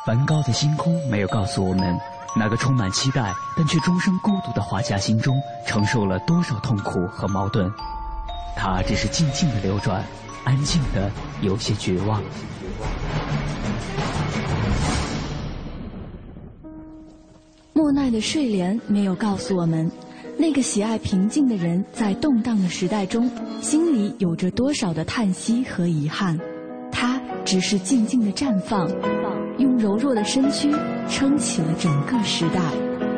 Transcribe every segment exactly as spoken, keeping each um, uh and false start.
梵高的星空没有告诉我们，那个充满期待但却终生孤独的画家心中承受了多少痛苦和矛盾。他只是静静的流转，安静的有些绝望。 莫奈的睡莲没有告诉我们，那个喜爱平静的人在动荡的时代中，心里有着多少的叹息和遗憾。他只是静静的绽放，用柔弱的身躯撑起了整个时代。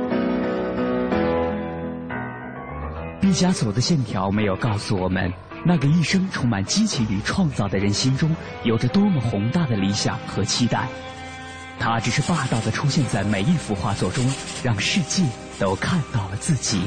毕加索的线条没有告诉我们，那个一生充满激情与创造的人心中有着多么宏大的理想和期待。他只是霸道地出现在每一幅画作中，让世界都看到了自己。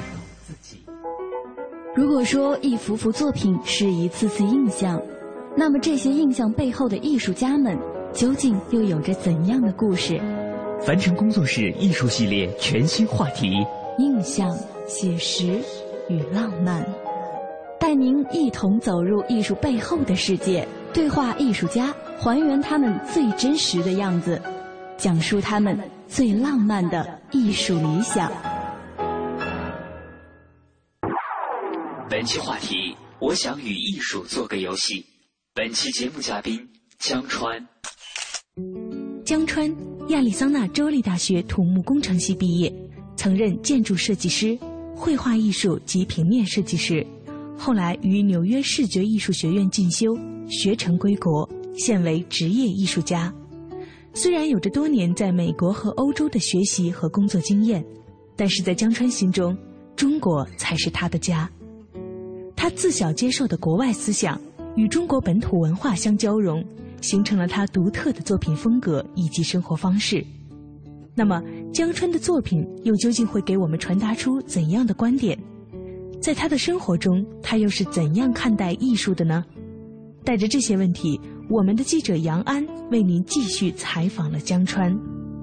如果说一幅幅作品是一次次印象，那么这些印象背后的艺术家们究竟又有着怎样的故事？ 凡尘工作室艺术系列全新话题： 印象、写实与浪漫，带您一同走入艺术背后的世界，对话艺术家，还原他们最真实的样子，讲述他们最浪漫的艺术理想。 本期话题：我想与艺术做个游戏。本期节目嘉宾江川。 江川，亚利桑那州立大学土木工程系毕业，曾任建筑设计师、绘画艺术及平面设计师，后来于纽约视觉艺术学院进修，学成归国，现为职业艺术家。虽然有着多年在美国和欧洲的学习和工作经验，但是在江川心中，中国才是他的家。他自小接受的国外思想与中国本土文化相交融，形成了他独特的作品风格以及生活方式。那么江川的作品又究竟会给我们传达出怎样的观点？在他的生活中，他又是怎样看待艺术的呢？带着这些问题，我们的记者杨安为您继续采访了江川。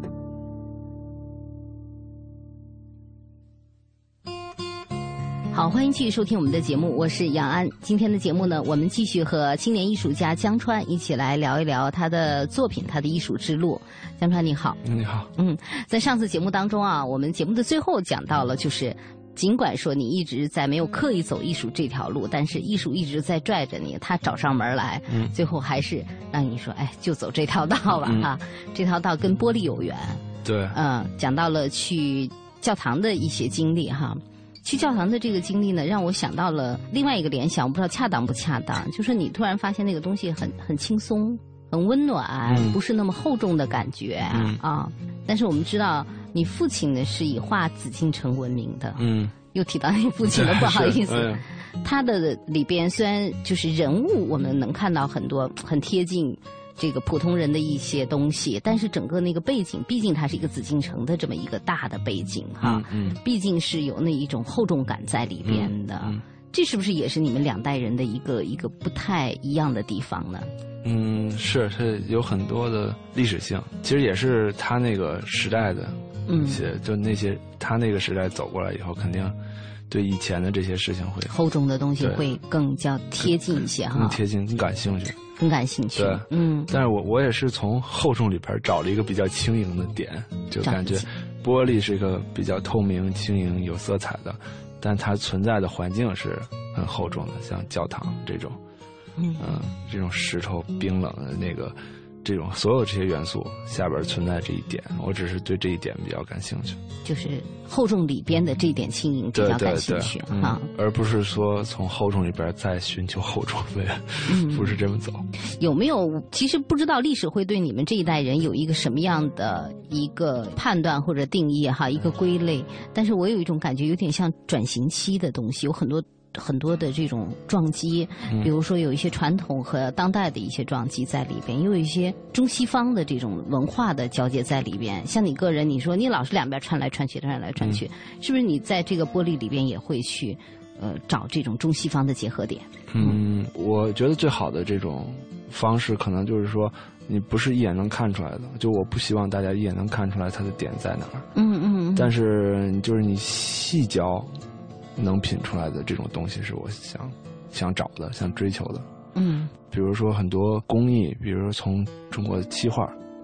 好，欢迎继续收听我们的节目，我是杨安。今天的节目呢，我们继续和青年艺术家江川一起来聊一聊他的作品，他的艺术之路。江川你好。 你好。 嗯，在上次节目当中啊，我们节目的最后讲到了，就是尽管说你一直在没有刻意走艺术这条路，但是艺术一直在拽着你，他找上门来，嗯，最后还是让你说，哎，就走这条道吧，嗯、啊，这条道跟玻璃有缘。 对。 嗯，讲到了去教堂的一些经历哈。去教堂的这个经历呢，让我想到了另外一个联想，我不知道恰当不恰当，就是你突然发现那个东西很很轻松、很温暖，嗯、不是那么厚重的感觉、嗯、啊。但是我们知道，你父亲呢是以画紫禁城闻名的，嗯，又提到你父亲了，不好意思。嗯、他的里边虽然就是人物，我们能看到很多很贴近这个普通人的一些东西，但是整个那个背景，毕竟它是一个紫禁城的这么一个大的背景哈，嗯，嗯毕竟是有那一种厚重感在里边的，嗯嗯、这是不是也是你们两代人的一个一个不太一样的地方呢？ 嗯，是是有很多的历史性，其实也是他那个时代的一些，嗯、就那些他那个时代走过来以后，肯定对以前的这些事情会厚重的东西会更加贴近一些哈， 更贴近，更感兴趣。 更感兴趣， 对， 嗯， 但是我我也是从厚重里边找了一个比较轻盈的点，就感觉玻璃是一个比较透明、轻盈、有色彩的，但它存在的环境是很厚重的，像教堂这种，嗯、呃，这种石头冰冷的那个，这种所有这些元素下边存在这一点，我只是对这一点比较感兴趣， 就是厚重里边的这一点轻盈比较感兴趣对对对哈、 嗯，而不是说从厚重里边再寻求厚重的，嗯、不是这么走。 有没有？其实不知道历史会对你们这一代人有一个什么样的一个判断或者定义哈，一个归类。但是我有一种感觉，有点像转型期的东西，有很多。很多的这种撞击，比如说有一些传统和当代的一些撞击在里边，也有一些中西方的这种文化的交界在里边。像你个人，你说你老是两边穿来穿去，穿来穿去，嗯、是不是你在这个玻璃里边也会去呃找这种中西方的结合点？ 嗯，我觉得最好的这种方式，可能就是说你不是一眼能看出来的，就我不希望大家一眼能看出来它的点在哪儿。 嗯嗯。 但是就是你细嚼。能品出来的这种东西是我想想找的，想追求的。嗯，比如说很多工艺，比如说从中国的漆画，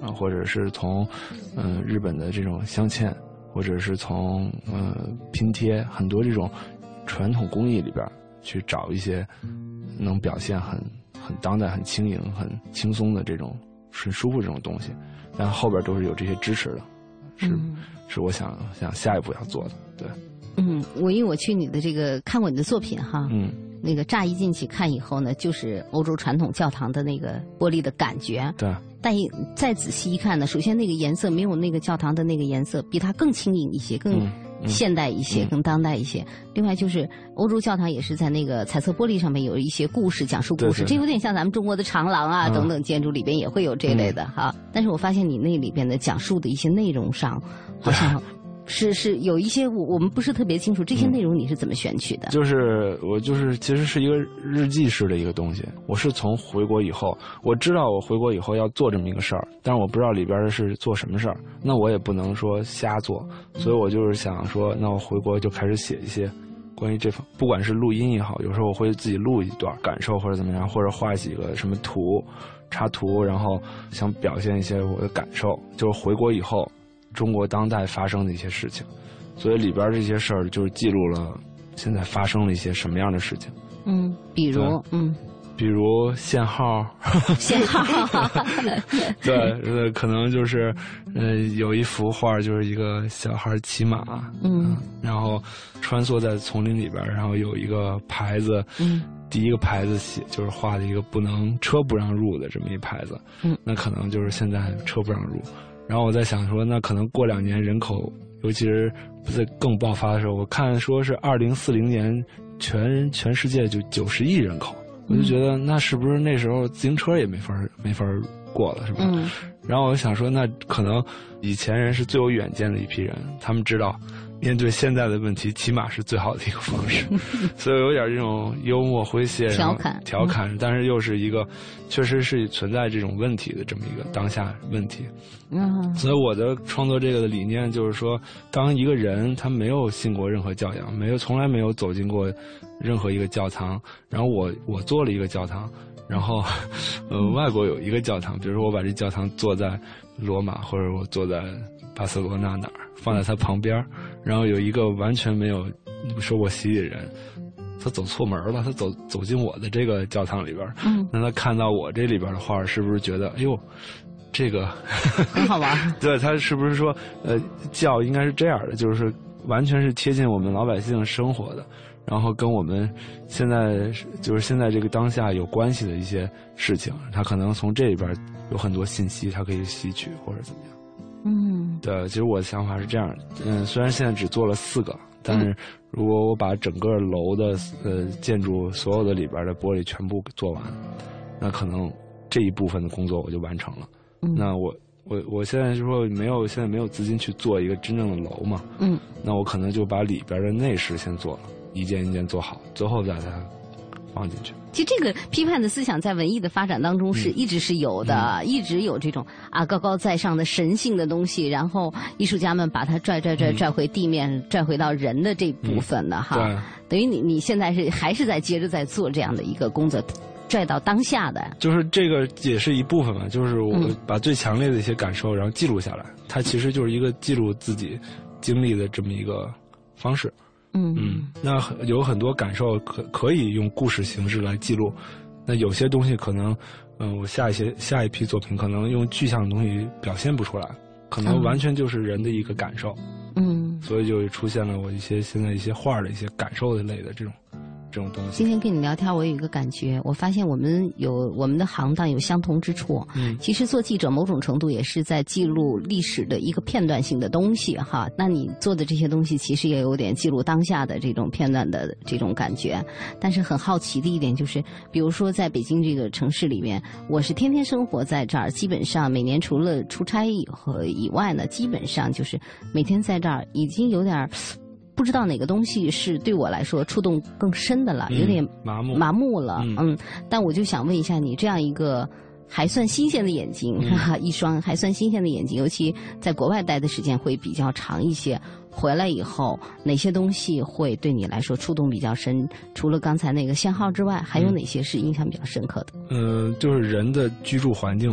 啊，或者是从嗯、呃、日本的这种镶嵌，或者是从呃拼贴，很多这种传统工艺里边去找一些能表现很很当代、很轻盈、很轻松的这种很舒服这种东西，但后边都是有这些支持的，是、嗯、是我想想下一步要做的，对。 嗯，我因为我去你的这个看过你的作品哈，嗯，那个乍一进去看以后呢，就是欧洲传统教堂的那个玻璃的感觉， 对。 但一再仔细一看呢，首先那个颜色没有那个教堂的那个颜色，比它更轻盈一些，更现代一些，嗯、更当代一些。嗯、另外就是欧洲教堂也是在那个彩色玻璃上面有一些故事，讲述故事，对对，这有点像咱们中国的长廊啊、嗯、等等建筑里边也会有这类的、嗯、哈。但是我发现你那里边的讲述的一些内容上，好像。是是有一些我我们不是特别清楚，这些内容你是怎么选取的？ 嗯、就是我就是其实是一个日记式的一个东西。我是从回国以后，我知道我回国以后要做这么一个事儿，但是我不知道里边是做什么事儿，那我也不能说瞎做，所以我就是想说，那我回国就开始写一些关于这方，不管是录音也好，有时候我会自己录一段感受或者怎么样，或者画几个什么图插图，然后想表现一些我的感受，就是回国以后中国当代发生的一些事情，所以里边这些事儿就是记录了现在发生了一些什么样的事情。 嗯，比如嗯， 比如限号， 限号， 对，呃，可能就是呃有一幅画就是一个小孩骑马，嗯、呃，然后穿梭在丛林里边，然后有一个牌子，嗯，第一个牌子写就是画的一个不能车不让入的这么一牌子，嗯，那可能就是现在车不让入。然后我在想说，那可能过两年人口，尤其是不是更爆发的时候，我看说是二零四零年全全世界就九十亿人口，我就觉得那是不是那时候自行车也没法没法过了，是吧？嗯。然后我想说，那可能以前人是最有远见的一批人，他们知道面对现在的问题，骑马是最好的一个方式，所以有点这种幽默诙谐、 调侃、 调侃，嗯、但是又是一个确实是存在这种问题的这么一个当下问题。嗯，所以我的创作这个的理念就是说，当一个人他没有信过任何教养，没有从来没有走进过任何一个教堂，然后我我做了一个教堂。然后，呃，外国有一个教堂，比如说我把这教堂做在罗马，或者我坐在巴塞罗那哪儿，放在它旁边，然后有一个完全没有受过洗礼的人，他走错门了，他走走进我的这个教堂里边，嗯，那他看到我这里边的画，是不是觉得，哎呦，这个很好玩？ 对，他是不是说，呃，教应该是这样的，就是完全是贴近我们老百姓生活的。然后跟我们现在就是现在这个当下有关系的一些事情，他可能从这里边有很多信息，他可以吸取或者怎么样。嗯，对，其实我的想法是这样的，嗯，虽然现在只做了四个，但是如果我把整个楼的呃建筑所有的里边的玻璃全部做完，那可能这一部分的工作我就完成了。嗯，那我我我现在就说没有现在没有资金去做一个真正的楼嘛，嗯，那我可能就把里边的内饰先做了。一件一件做好，最后再把它放进去。 其实这个批判的思想在文艺的发展当中是一直是有的，嗯、一直有这种啊高高在上的神性的东西，然后艺术家们把它拽拽拽拽回地面，嗯、拽回到人的这部分的、嗯、哈。等于你你现在是还是在接着在做这样的一个工作，拽到当下的。就是这个也是一部分嘛，就是我把最强烈的一些感受，然后记录下来，它其实就是一个记录自己经历的这么一个方式。嗯嗯，那有很多感受可可以用故事形式来记录，那有些东西可能，嗯、呃，我下一些下一批作品可能用具象的东西表现不出来，可能完全就是人的一个感受，嗯，所以就出现了我一些现在一些画的一些感受的类的这种。这种东西。 今天跟你聊天，我有一个感觉，我发现我们有我们的行当有相同之处。嗯，其实做记者某种程度也是在记录历史的一个片段性的东西哈。那你做的这些东西，其实也有点记录当下的这种片段的这种感觉。但是很好奇的一点就是，比如说在北京这个城市里面，我是天天生活在这儿，基本上每年除了出差以和以外呢，基本上就是每天在这儿已经有点。不知道哪个东西是对我来说触动更深的了，有点麻木麻木了，嗯, 嗯，但我就想问一下你，这样一个还算新鲜的眼睛，嗯、哈哈一双还算新鲜的眼睛，尤其在国外待的时间会比较长一些，回来以后哪些东西会对你来说触动比较深？除了刚才那个限号之外，还有哪些是印象比较深刻的？ 嗯、呃，就是人的居住环境吧。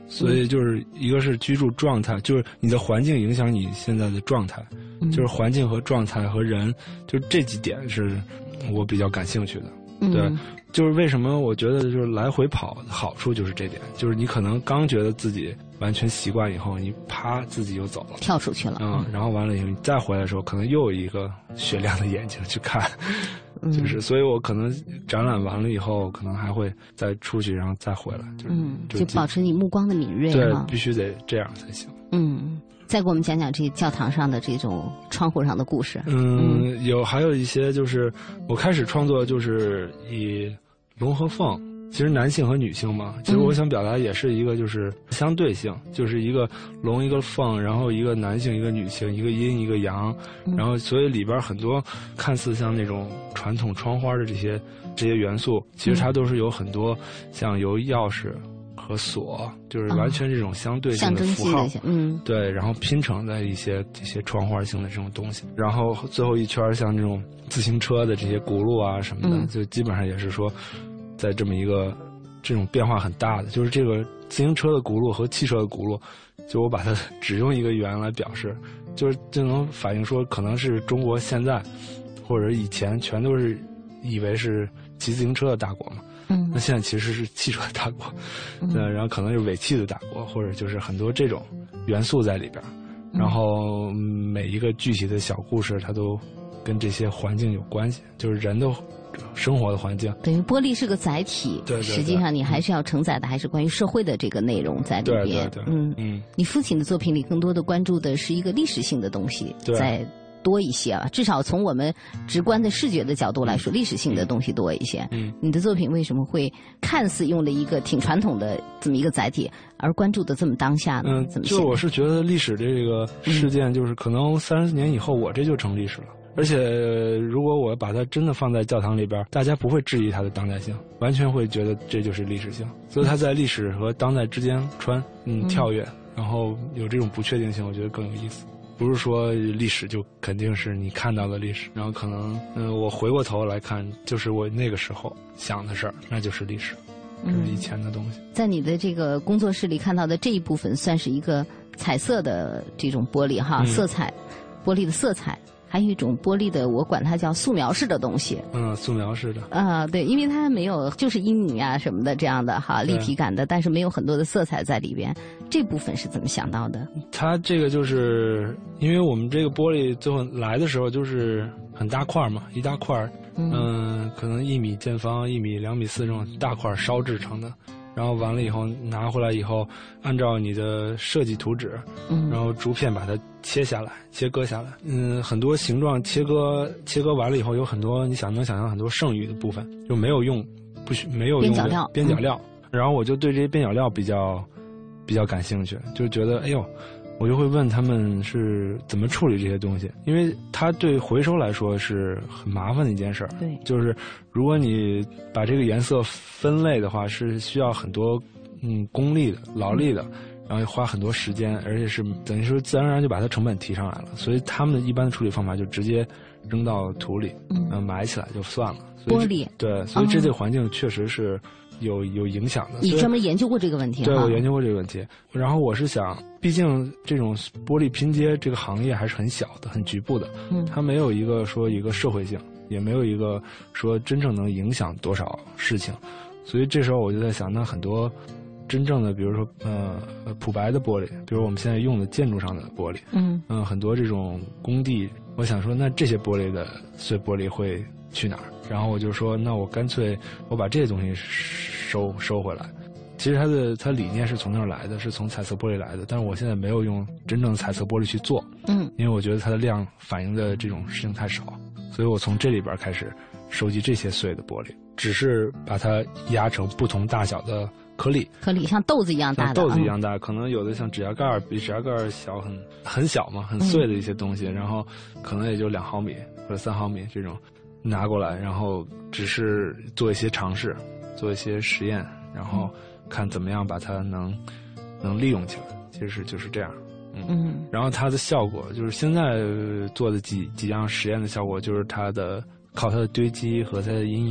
所以就是一个是居住状态，就是你的环境影响你现在的状态，嗯、就是环境和状态和人，就这几点是我比较感兴趣的。嗯、对，就是为什么我觉得就是来回跑的好处就是这点，就是你可能刚觉得自己完全习惯以后，你啪自己又走了， 跳出去了。 嗯，然后完了以后你再回来的时候，可能又有一个雪亮的眼睛去看。就是，所以我可能展览完了以后，可能还会再出去，然后再回来。就是、 嗯，就保持你目光的敏锐。 对，必须得这样才行。 嗯，再给我们讲讲这教堂上的这种窗户上的故事。 嗯，嗯有还有一些就是我开始创作就是以龙和凤。其实男性和女性嘛，其实我想表达也是一个就是相对性，嗯、就是一个龙一个凤，然后一个男性一个女性，一个阴一个阳，嗯、然后所以里边很多看似像那种传统窗花的这些这些元素，其实它都是有很多像由钥匙和锁，就是完全这种相对性的符号， 哦、嗯， 对，然后拼成的一些这些窗花性的这种东西，然后最后一圈像这种自行车的这些轱辘啊什么的，嗯、就基本上也是说。在这么一个这种变化很大的，就是这个自行车的轱辘和汽车的轱辘，就我把它只用一个圆来表示，就是就能反映说，可能是中国现在或者以前全都是以为是骑自行车的大国嘛，嗯，那现在其实是汽车的大国，嗯，然后可能是尾气的大国，或者就是很多这种元素在里边，然后每一个具体的小故事，它都跟这些环境有关系，就是人的。生活的环境等于玻璃是个载体， 对对对， 实际上你还是要承载的还是关于社会的这个内容在里边。 对对对， 嗯嗯，你父亲的作品里更多的关注的是一个历史性的东西，在多一些啊，至少从我们直观的视觉的角度来说，历史性的东西多一些。嗯，你的作品为什么会看似用了一个挺传统的这么一个载体，而关注的这么当下呢？ 嗯， 怎么就我是觉得历史这个事件，就是可能三十年以后，我这就成历史了。而且，如果我把它真的放在教堂里边，大家不会质疑它的当代性，完全会觉得这就是历史性。所以它在历史和当代之间穿，嗯，跳跃，然后有这种不确定性，我觉得更有意思。不是说历史就肯定是你看到的历史，然后可能，嗯，我回过头来看，就是我那个时候想的事儿，那就是历史，这是以前的东西。 嗯、在你的这个工作室里看到的这一部分，算是一个彩色的这种玻璃哈，嗯、色彩，玻璃的色彩。还有一种玻璃的，我管它叫素描式的东西。 嗯，素描式的。 啊、呃，对，因为它没有就是阴影啊什么的这样的哈立体感的，但是没有很多的色彩在里边。这部分是怎么想到的？ 它这个就是因为我们这个玻璃最后来的时候就是很大块嘛，一大块，嗯、呃，可能一米见方、一米、两米四这种大块烧制成的。然后完了以后拿回来以后，按照你的设计图纸，嗯，然后逐片把它切下来、切割下来。嗯，很多形状切割切割完了以后，有很多你想能想象很多剩余的部分，就没有用，不许没有用边角料。 边角料。嗯、然后我就对这些边角料比较比较感兴趣，就觉得哎呦。我就会问他们是怎么处理这些东西，因为它对回收来说是很麻烦的一件事儿。 对， 就是如果你把这个颜色分类的话，是需要很多嗯功力的、劳力的，然后花很多时间，而且是等于说自然而然就把它成本提上来了。所以他们的一般的处理方法就直接扔到土里，嗯、呃，埋起来就算了。 玻璃对，所以这对环境确实是。有有影响的。 你专门研究过这个问题？ 对，我研究过这个问题。然后我是想，毕竟这种玻璃拼接这个行业还是很小的、很局部的，嗯，它没有一个说一个社会性，也没有一个说真正能影响多少事情。所以这时候我就在想，那很多真正的，比如说呃普白的玻璃，比如我们现在用的建筑上的玻璃，嗯嗯、呃，很多这种工地，我想说，那这些玻璃的碎玻璃会去哪儿？然后我就说，那我干脆我把这些东西收收回来。其实它的它理念是从那儿来的，是从彩色玻璃来的，但是我现在没有用真正的彩色玻璃去做，嗯，因为我觉得它的量反映的这种事情太少，所以我从这里边开始收集这些碎的玻璃，只是把它压成不同大小的颗粒， 颗粒像豆子一样大的， 豆子一样大，嗯、可能有的像指甲盖比指甲盖小很很小嘛，很碎的一些东西，嗯、然后可能也就两毫米或者三毫米这种。拿过来，然后只是做一些尝试，做一些实验，然后看怎么样把它能能利用起来。其实就是这样，嗯。嗯然后它的效果就是现在做的几几样实验的效果，就是它的靠它的堆积和它的阴影，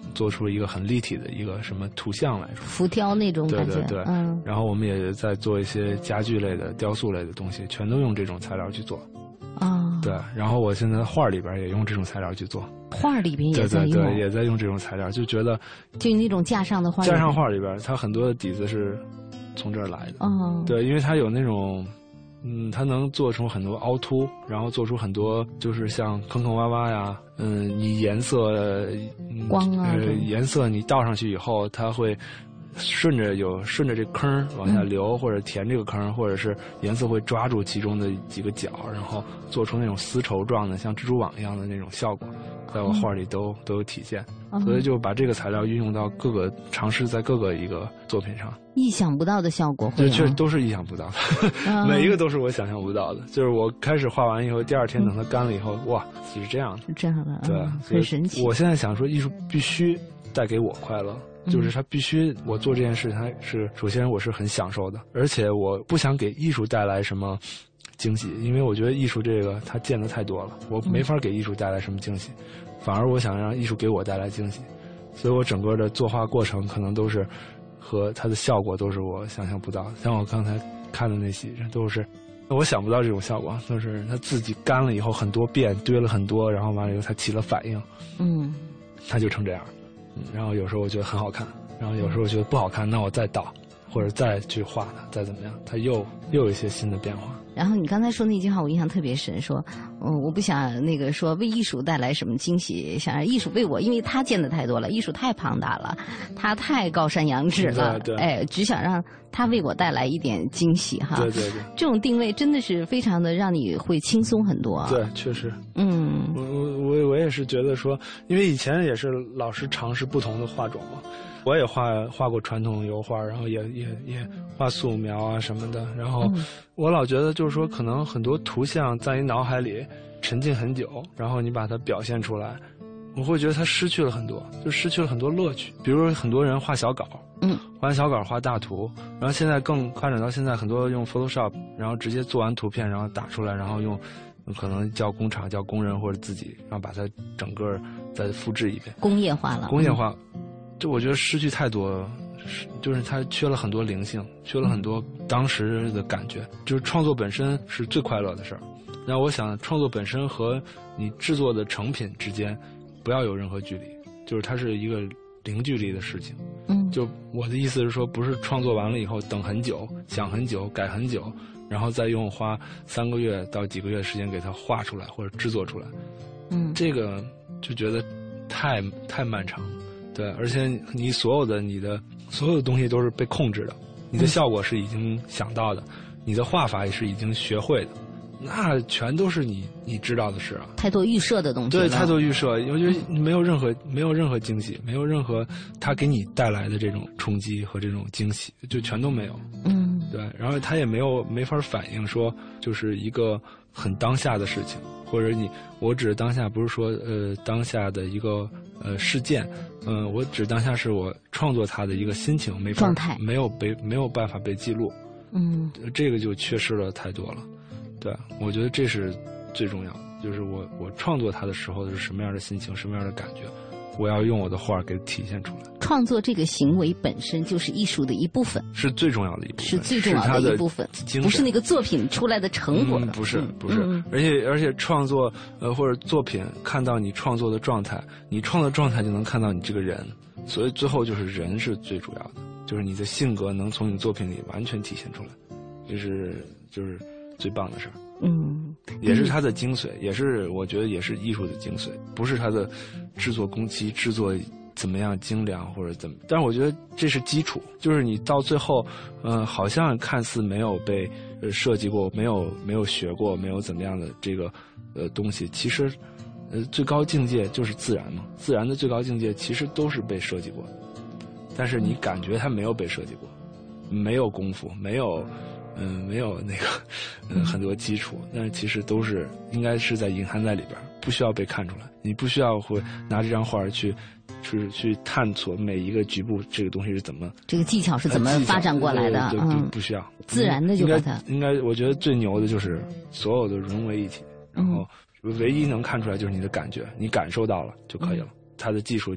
做出一个很立体的一个什么图像来说， 浮雕那种感觉。 对对对， 嗯。 然后我们也在做一些家具类的、雕塑类的东西，全都用这种材料去做。 哦。 对，然后我现在画里边也用这种材料去做。 画里边也在用。 对对对，也在用这种材料，就觉得就那种架上的画。 架上画里边，它很多的底子是从这儿来的。 哦。 对，因为它有那种。嗯，它能做出很多凹凸，然后做出很多就是像坑坑洼洼呀，嗯，你颜色、嗯、 光啊， 呃，颜色你倒上去以后，它会顺着有顺着这坑往下流，嗯、或者填这个坑，或者是颜色会抓住其中的几个角，然后做出那种丝绸状的，像蜘蛛网一样的那种效果，在我画里都、嗯、都有体现。所以就把这个材料运用到各个尝试在各个一个作品上， 意想不到的效果会。 对，确实都是意想不到的，啊、每一个都是我想象不到的。就是我开始画完以后，第二天等它干了以后，嗯、哇，是这样的， 是这样的， 对， 嗯、很神奇。 我现在想说，艺术必须带给我快乐。就是它必须，我做这件事，它是首先我是很享受的，而且我不想给艺术带来什么惊喜，因为我觉得艺术这个它见得太多了，我没法给艺术带来什么惊喜，反而我想让艺术给我带来惊喜，所以我整个的作画过程可能都是和它的效果都是我想象不到的。像我刚才看的那些都是我想不到这种效果，都是它自己干了以后很多遍堆了很多，然后完了以后它起了反应， 嗯， 它就成这样。然后有时候我觉得很好看，然后有时候我觉得不好看，那我再倒，或者再去画它，再怎么样，它又又有一些新的变化。 然后你刚才说那句话我印象特别深，说嗯，我不想那个说为艺术带来什么惊喜，想让艺术为我，因为它见的太多了，艺术太庞大了，它太高山仰止了， 对对， 哎，只想让它为我带来一点惊喜哈。 对对对， 这种定位真的是非常的让你会轻松很多啊。 对，确实， 嗯， 我我我我也是觉得说，因为以前也是老是尝试不同的画种嘛。我也画画过传统油画，然后也也也画素描啊什么的。然后我老觉得就是说，可能很多图像在你脑海里沉浸很久，然后你把它表现出来，我会觉得它失去了很多，就失去了很多乐趣。比如说很多人画小稿， 嗯， 画完小稿画大图，然后现在更发展到现在，很多用 Photoshop， 然后直接做完图片，然后打出来，然后用可能叫工厂、叫工人或者自己，然后把它整个再复制一遍， 工业化了， 工业化。嗯，就我觉得失去太多，就是它缺了很多灵性，缺了很多当时的感觉。就是创作本身是最快乐的事儿，然后我想创作本身和你制作的成品之间不要有任何距离，就是它是一个零距离的事情。 嗯， 就我的意思是说，不是创作完了以后等很久、想很久、改很久，然后再用花三个月到几个月的时间给它画出来或者制作出来。 嗯， 这个就觉得太太漫长了。对，而且你所有的你的所有的东西都是被控制的，你的效果是已经想到的，你的画法也是已经学会的，那全都是你你知道的事啊。 太多预设的东西。 对，太多预设，我觉得没有任何没有任何惊喜，没有任何它给你带来的这种冲击和这种惊喜，就全都没有。 嗯， 对，然后它也没有没法反映说就是一个很当下的事情，或者你我指当下不是说呃当下的一个呃事件。嗯，我指当下是我创作它的一个心情，没法状态没有被没有办法被记录， 嗯， 这个就缺失了太多了。对，我觉得这是最重要的，就是我我创作它的时候是什么样的心情，什么样的感觉，我要用我的画给体现出来。 创作这个行为本身就是艺术的一部分， 是最重要的一部分， 是最重要的一部分，不是那个作品出来的成果的、 嗯、不是不是、 嗯、 而且而且创作呃或者作品看到你创作的状态，你创作状态就能看到你这个人，所以最后就是人是最主要的，就是你的性格能从你作品里完全体现出来，这是就是最棒的事儿。 嗯， 也是它的精髓，也是我觉得也是艺术的精髓，不是它的制作工期制作怎么样精良或者怎么，但是我觉得这是基础，就是你到最后，嗯、呃，好像看似没有被呃设计过，没有没有学过，没有怎么样的这个呃东西，其实，呃，最高境界就是自然嘛，自然的最高境界其实都是被设计过的，但是你感觉它没有被设计过，没有功夫，没有。嗯，没有那个，嗯，很多基础，但是其实都是应该是在隐含在里边，不需要被看出来。你不需要会拿这张画去，去去探索每一个局部这个东西是怎么， 这个技巧是怎么发展过来的？ 嗯， 不不需要， 自然的就把它。 应该，应该我觉得最牛的就是所有的融为一体，然后唯一能看出来就是你的感觉，你感受到了就可以了。它的技术就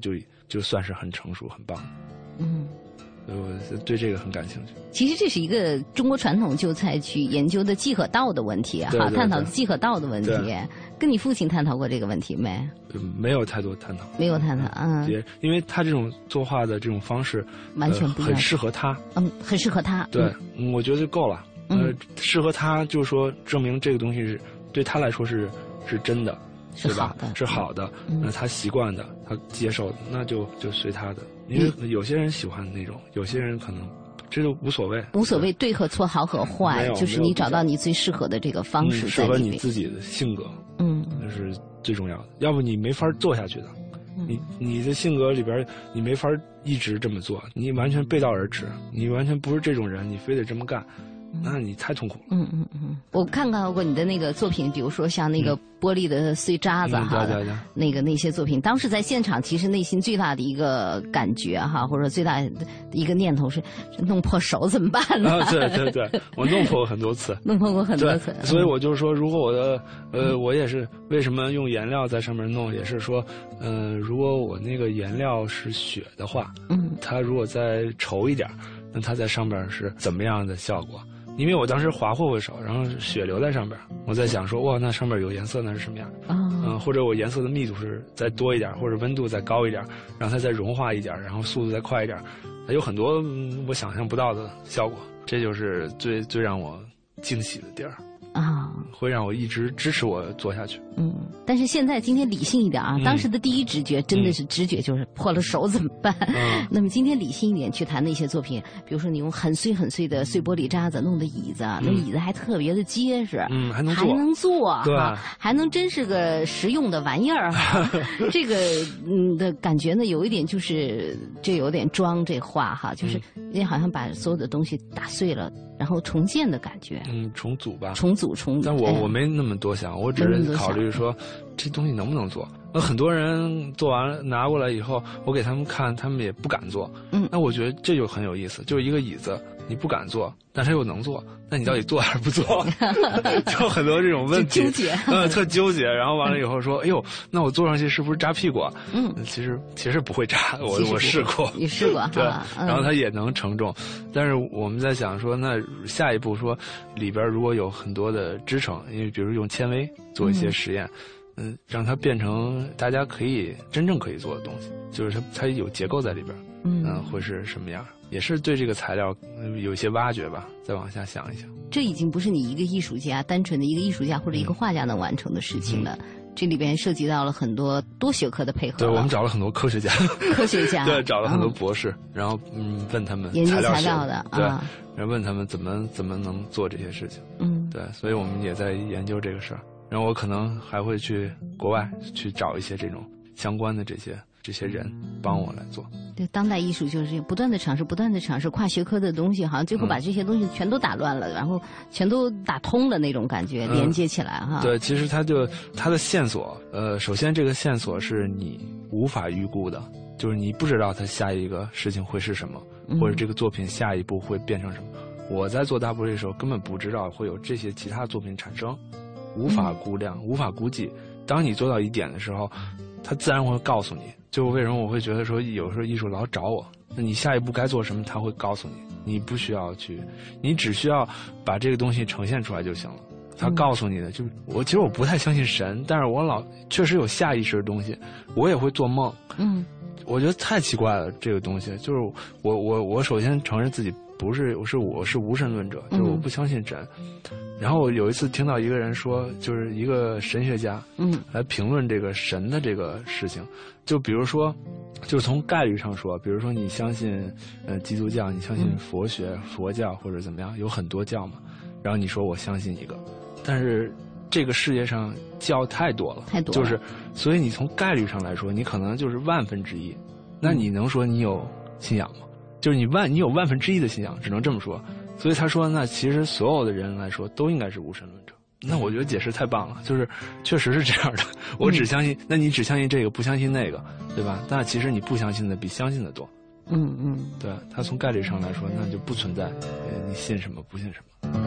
就算是很成熟很棒。 嗯。 我对这个很感兴趣。 其实这是一个中国传统就菜去研究的忌和道的问题，哈，探讨忌和道的问题。跟你父亲探讨过这个问题没？ 没有太多探讨， 没有探讨，嗯， 也因为他这种作画的这种方式完全不一样， 呃、很适合他， 嗯，很适合他。 对，嗯、我觉得就够了。 嗯、 呃，适合他，就是说证明这个东西是对他来说是是真的， 是好的， 是好的。那、嗯、他习惯的，他接受的，那就就随他的。因为有些人喜欢那种，有些人可能这就无所谓， 无所谓对和错，好和坏，就是你找到你最适合的这个方式、 嗯，适合你自己的性格， 嗯， 那是最重要的。要不你没法做下去的，嗯、你你的性格里边你没法一直这么做，你完全背道而驰，你完全不是这种人，你非得这么干。那你太痛苦了。 嗯嗯嗯，我看到过你的那个作品，比如说像那个玻璃的碎渣子哈， 嗯、对对对那个那些作品，当时在现场，其实内心最大的一个感觉哈，或者最大的一个念头是，弄破手怎么办呢？ 啊，对对对，我弄破过很多次， 弄破过很多次。 所以我就是说，如果我的呃，我也是为什么用颜料在上面弄，也是说，呃，如果我那个颜料是血的话， 嗯， 它如果再稠一点，那它在上边是怎么样的效果？因为我当时划过我手，然后血流在上边，我在想说，哇，那上面有颜色，那是什么样？ 啊、哦， 嗯，或者我颜色的密度是再多一点，或者温度再高一点，让它再融化一点，然后速度再快一点，它有很多、嗯、我想象不到的效果。这就是最最让我惊喜的地儿啊， 会让我一直支持我做下去。 嗯，但是现在今天理性一点啊，嗯、当时的第一直觉真的是直觉，就是破了手怎么办？ 嗯、 那么今天理性一点去谈那些作品，比如说你用很碎很碎的碎玻璃渣子弄的椅子，嗯、那椅子还特别的结实， 嗯，还能做，还能做， 对， 还能真是个实用的玩意儿哈。这个嗯的感觉呢，有一点就是这有点装这话哈，就是你好像把所有的东西打碎了。然后重建的感觉， 嗯，重组吧， 重组重组。 但我、哎、我没那么多想，我只是考虑说这东西能不能做。那很多人做完了拿过来以后，我给他们看，他们也不敢做。 嗯， 那我觉得这就很有意思，就是一个椅子，你不敢做，但他又能做，那你到底做还是不做？就很多这种问题， 纠结， 呃，特纠结。然后完了以后说，哎呦，那我坐上去是不是扎屁股啊？ 嗯， 其实其实不会扎，我我试过， 你试过对， 嗯、 然后它也能承重，但是我们在想说，那下一步说里边如果有很多的支撑，因为比如用纤维做一些实验。嗯嗯，让它变成大家可以真正可以做的东西，就是它它有结构在里边， 嗯、 呃，会是什么样？也是对这个材料有一些挖掘吧，再往下想一想。 这已经不是你一个艺术家单纯的一个艺术家或者一个画家能完成的事情了。嗯这里边涉及到了很多多学科的配合。 对，我们找了很多科学家， 科学家对，找了很多博士，嗯、然后嗯问他们研究材料的， 对， 啊、 然后问他们怎么怎么能做这些事情。 嗯， 对，所以我们也在研究这个事儿。然后我可能还会去国外去找一些这种相关的这些这些人帮我来做。 对，当代艺术就是不断的尝试，不断的尝试跨学科的东西，好像最后把这些东西全都打乱了，嗯、然后全都打通了那种感觉，嗯、连接起来哈。 对，其实它就它的线索，呃，首先这个线索是你无法预估的，就是你不知道它下一个事情会是什么， 嗯、 或者这个作品下一步会变成什么。我在做大玻璃的时候根本不知道会有这些其他作品产生。无法估量，无法估计。当你做到一点的时候，它自然会告诉你。就为什么我会觉得说，有时候艺术老找我，那你下一步该做什么，他会告诉你。你不需要去，你只需要把这个东西呈现出来就行了。他告诉你的，就我其实我不太相信神，但是我老确实有下意识的东西，我也会做梦。 嗯， 我觉得太奇怪了，这个东西就是我我我首先承认自己不是，我是我是无神论者，就是我不相信神。嗯，然后有一次听到一个人说，就是一个神学家， 嗯， 来评论这个神的这个事情，就比如说，就从概率上说，比如说你相信呃基督教，你相信佛学、嗯、佛教或者怎么样，有很多教嘛，然后你说我相信一个，但是这个世界上教太多了， 太多了， 就是所以你从概率上来说，你可能就是万分之一，那你能说你有信仰吗？就是你万你有万分之一的信仰，只能这么说。所以他说，那其实所有的人来说都应该是无神论者。那我觉得解释太棒了，就是确实是这样的。我只相信，嗯、那你只相信这个，不相信那个，对吧？但其实你不相信的比相信的多。 嗯嗯， 对，他从概率上来说，那就不存在，呃，你信什么不信什么。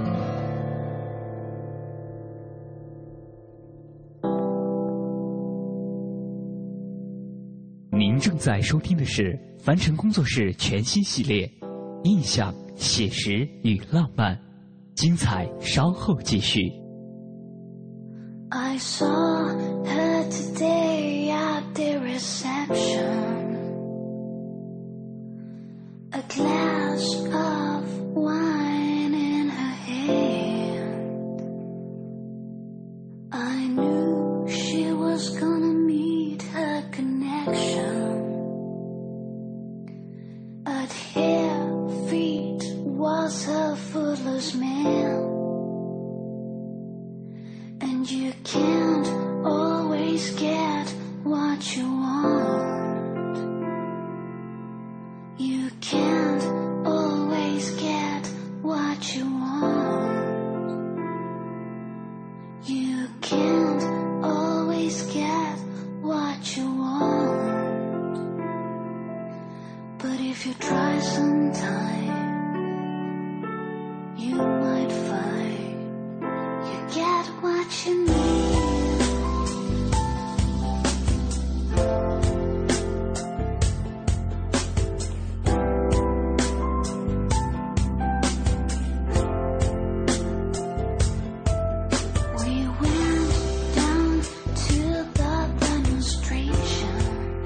你您正在收听的是凡尘工作室全新系列《印象、写实与浪漫》，精彩稍后继续。 I saw her today at the reception. A glass of wine in her hand. I knew she was gonna meet her connection. At her feet was her footloose man. And you can't always get what you want. You can't always get what you want. You can't always get what you want. But if you try sometime, you might find you get what you need. We went down to the demonstration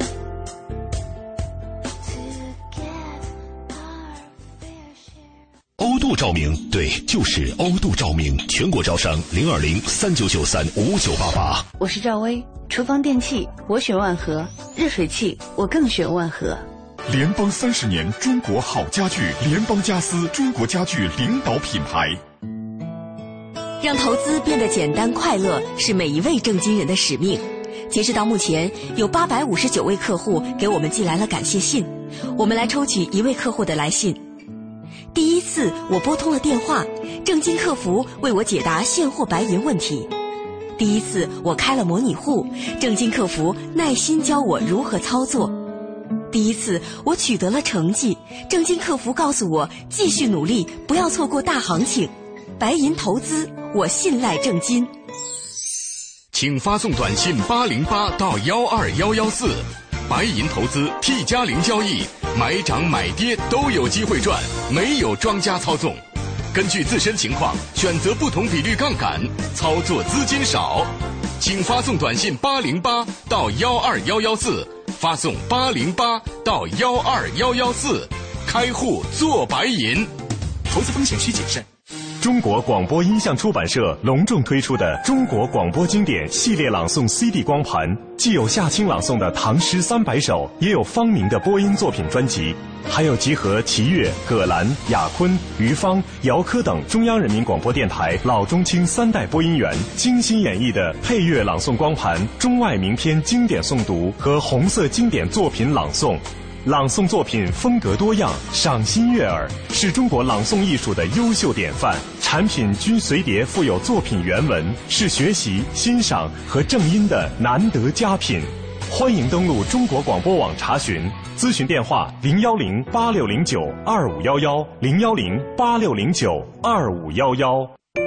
to get our fair share. 欧度照明，对，就是欧度照明，全国招商零二零三九九三五九八八。 我是赵薇，厨房电器我选万和，热水器我更选万和。 联邦三十年中国好家具，联邦家私中国家具领导品牌。 让投资变得简单快乐，是每一位正金人的使命。截止到目前，有八百五十九位客户给我们寄来了感谢信，我们来抽取一位客户的来信。第一次我拨通了电话，正金客服为我解答现货白银问题。第一次我开了模拟户，正金客服耐心教我如何操作。第一次我取得了成绩，正金客服告诉我继续努力，不要错过大行情。白银投资，我信赖正金。 请发送短信八零八到幺二幺幺四，白银投资 T 加零交易，买涨买跌都有机会赚，没有庄家操纵。根据自身情况选择不同比率杠杆，操作资金少。请发送短信八零八到幺二幺幺四，发送八零八到幺二幺幺四，开户做白银。 投资风险需谨慎。中国广播音像出版社隆重推出的中国广播经典系列朗诵 C D 光盘，既有夏青朗诵的唐诗三百首，也有方明的播音作品专辑，还有集合齐岳、葛兰、雅坤、于芳、姚科等中央人民广播电台老中青三代播音员精心演绎的配乐朗诵光盘、中外名篇经典诵读和红色经典作品朗诵。朗诵作品风格多样，赏心悦耳，是中国朗诵艺术的优秀典范。产品均随碟附有作品原文，是学习、欣赏和正音的难得佳品。欢迎登录中国广播网查询，咨询电话零幺零八六零九二五幺幺零幺零八六零九二五幺幺。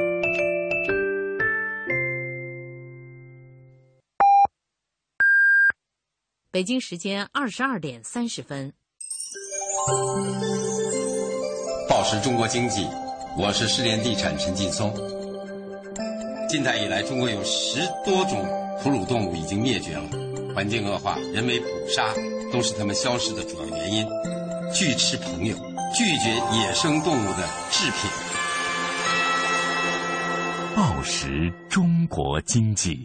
北京时间二十二点三十分。 报时中国经济，我是世联地产陈劲松。近代以来，中国有十多种哺乳动物已经灭绝了，环境恶化、人为捕杀都是它们消失的主要原因。拒吃朋友，拒绝野生动物的制品。 报时中国经济。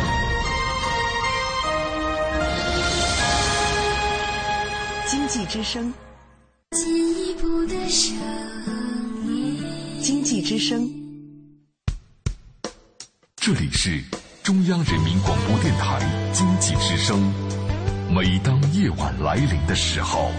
经济之声， 进一步的声音。 经济之声， 这里是中央人民广播电台经济之声。每当夜晚来临的时候，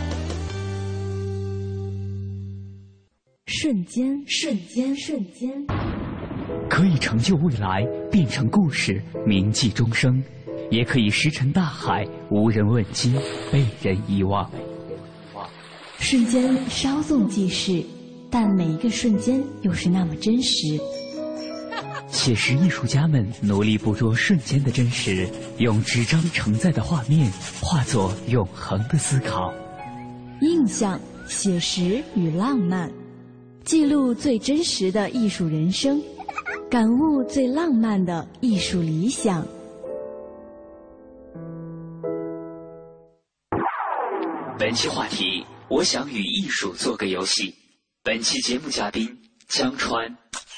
瞬间，瞬间，瞬间， 可以成就未来，变成故事，铭记终生。也可以石沉大海，无人问津，被人遗忘。 瞬间稍纵即逝，但每一个瞬间又是那么真实。 写实艺术家们努力捕捉瞬间的真实，用纸张承载的画面化作永恒的思考。 印象、写实与浪漫，记录最真实的艺术人生，感悟最浪漫的艺术理想。 本期话题，我想与艺术做个游戏。本期节目嘉宾江川。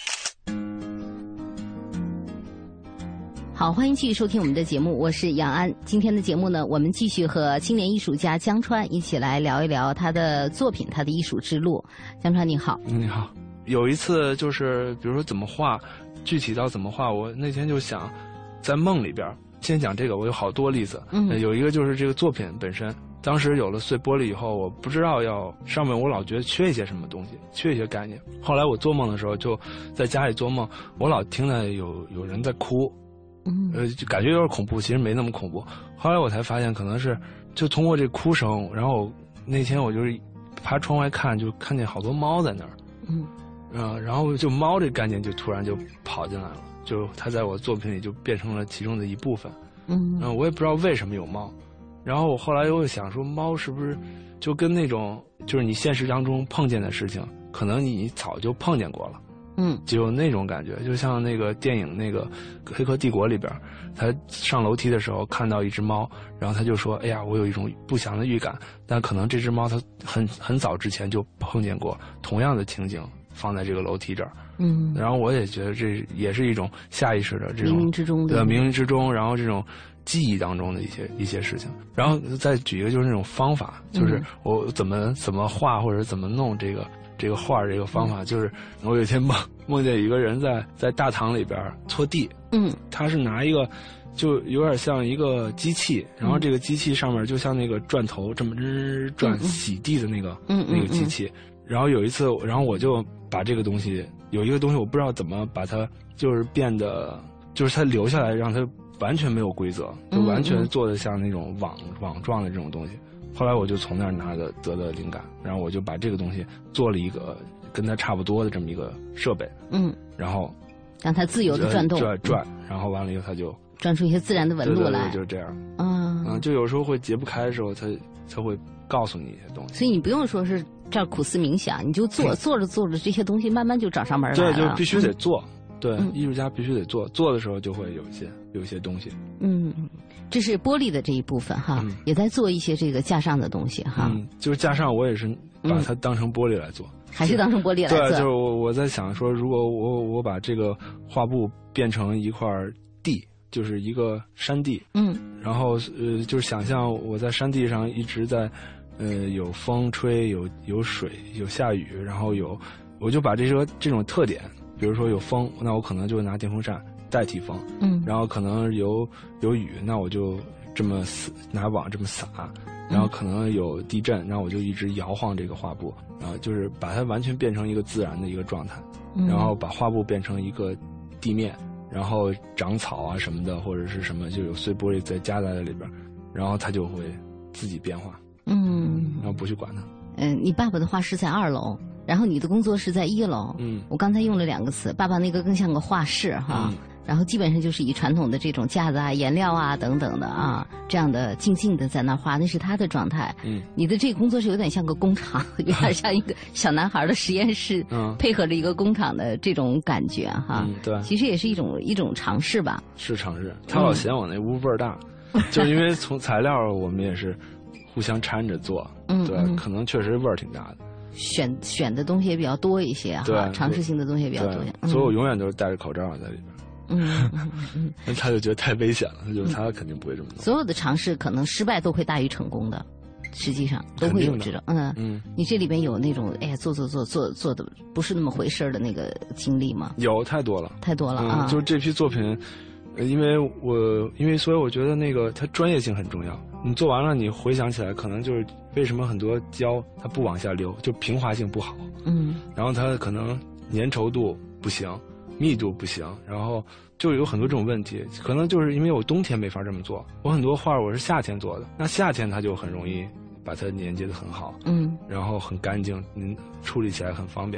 好，欢迎继续收听我们的节目，我是杨安。今天的节目呢，我们继续和青年艺术家江川一起来聊一聊他的作品，他的艺术之路。江川你好。 你好。有一次就是比如说怎么画，具体到怎么画，我那天就想在梦里边。先讲这个，我有好多例子。嗯，有一个就是这个作品本身，当时有了碎玻璃以后，我不知道要上面我老觉得缺一些什么东西，缺一些概念。后来我做梦的时候，就在家里做梦，我老听到有有人在哭。嗯，呃，就感觉有点恐怖，其实没那么恐怖。后来我才发现，可能是就通过这哭声，然后那天我就是爬窗外看，就看见好多猫在那儿。嗯，呃，然后就猫这概念就突然就跑进来了，就它在我作品里就变成了其中的一部分。嗯，呃，我也不知道为什么有猫。然后我后来又想说，猫是不是就跟那种就是你现实当中碰见的事情，可能你早就碰见过了。嗯，就有那种感觉，就像那个电影那个《黑客帝国》里边，他上楼梯的时候看到一只猫，然后他就说：“哎呀，我有一种不祥的预感。”但可能这只猫它很很早之前就碰见过同样的情景，放在这个楼梯这儿。嗯，然后我也觉得这也是一种下意识的这种冥冥之中的， 对，冥冥之中，然后这种记忆当中的一些一些事情。然后再举一个就是那种方法，就是我怎么怎么画或者怎么弄这个。这个画这个方法，就是我有一天梦梦见一个人在在大堂里边搓地，嗯，他是拿一个就有点像一个机器，然后这个机器上面就像那个转头这么日转洗地的那个嗯那个机器，然后有一次，然后我就把这个东西有一个东西我不知道怎么把它就是变得就是它留下来，让它完全没有规则，就完全做的像那种网网状的这种东西。后来我就从那儿拿的得的灵感，然后我就把这个东西做了一个跟它差不多的这么一个设备，嗯，然后让它自由的转动， 转转，然后完了以后它就转出一些自然的纹路来， 对对对，就是这样，嗯嗯，就有时候会解不开的时候，它它会告诉你一些东西， 所以你不用说是这儿苦思冥想，你就做做着做着这些东西慢慢就找上门来了， 对，就必须得做。嗯对，嗯、艺术家必须得做，做的时候就会有一些有一些东西。 嗯，这是玻璃的这一部分哈，嗯、也在做一些这个架上的东西哈。 嗯，就是架上我也是把它当成玻璃来做， 嗯、还是当成玻璃来做。 对，就是我我在想说，如果我我把这个画布变成一块地，就是一个山地，嗯，然后呃，就是想象我在山地上一直在，呃，有风吹，有有水，有下雨，然后有，我就把这个这种特点。比如说有风，那我可能就拿电风扇代替风，嗯，然后可能有有雨，那我就这么拿网这么撒，然后可能有地震，然后我就一直摇晃这个画布，然后就是把它完全变成一个自然的一个状态，嗯、然后把画布变成一个地面，然后长草啊什么的或者是什么，就有碎玻璃再加在里边，然后它就会自己变化，嗯，然后不去管它。 嗯，你爸爸的画室在二楼。然后你的工作室在一楼，嗯，我刚才用了两个词，爸爸那个更像个画室哈，嗯、然后基本上就是以传统的这种架子啊、颜料啊等等的啊，这样的静静的在那画，那是他的状态。嗯，你的这个工作室有点像个工厂，有点像一个小男孩的实验室，嗯，配合着一个工厂的这种感觉哈。嗯，对，其实也是一种一种尝试吧。 是尝试，他老嫌我那屋味儿大，嗯、就因为从材料我们也是互相掺着做，嗯，对，嗯、可能确实味儿挺大的。 选选的东西也比较多一些哈，尝试性的东西也比较多一些， 嗯、所以我永远都是戴着口罩在里边。嗯，嗯嗯他就觉得太危险了，他就他肯定不会这么做。 所有的尝试可能失败都会大于成功的，实际上都会有这种，嗯嗯。你这里边有那种哎呀做做做做做的不是那么回事的那个经历吗？ 有，太多了， 太多了啊！ 嗯、就是这批作品。因为我，因为所以我觉得那个它专业性很重要。你做完了，你回想起来，可能就是为什么很多胶它不往下流，就平滑性不好。嗯。然后它可能粘稠度不行，密度不行，然后就有很多这种问题。可能就是因为我冬天没法这么做，我很多画我是夏天做的，那夏天它就很容易把它粘接得很好。嗯。然后很干净，您处理起来很方便。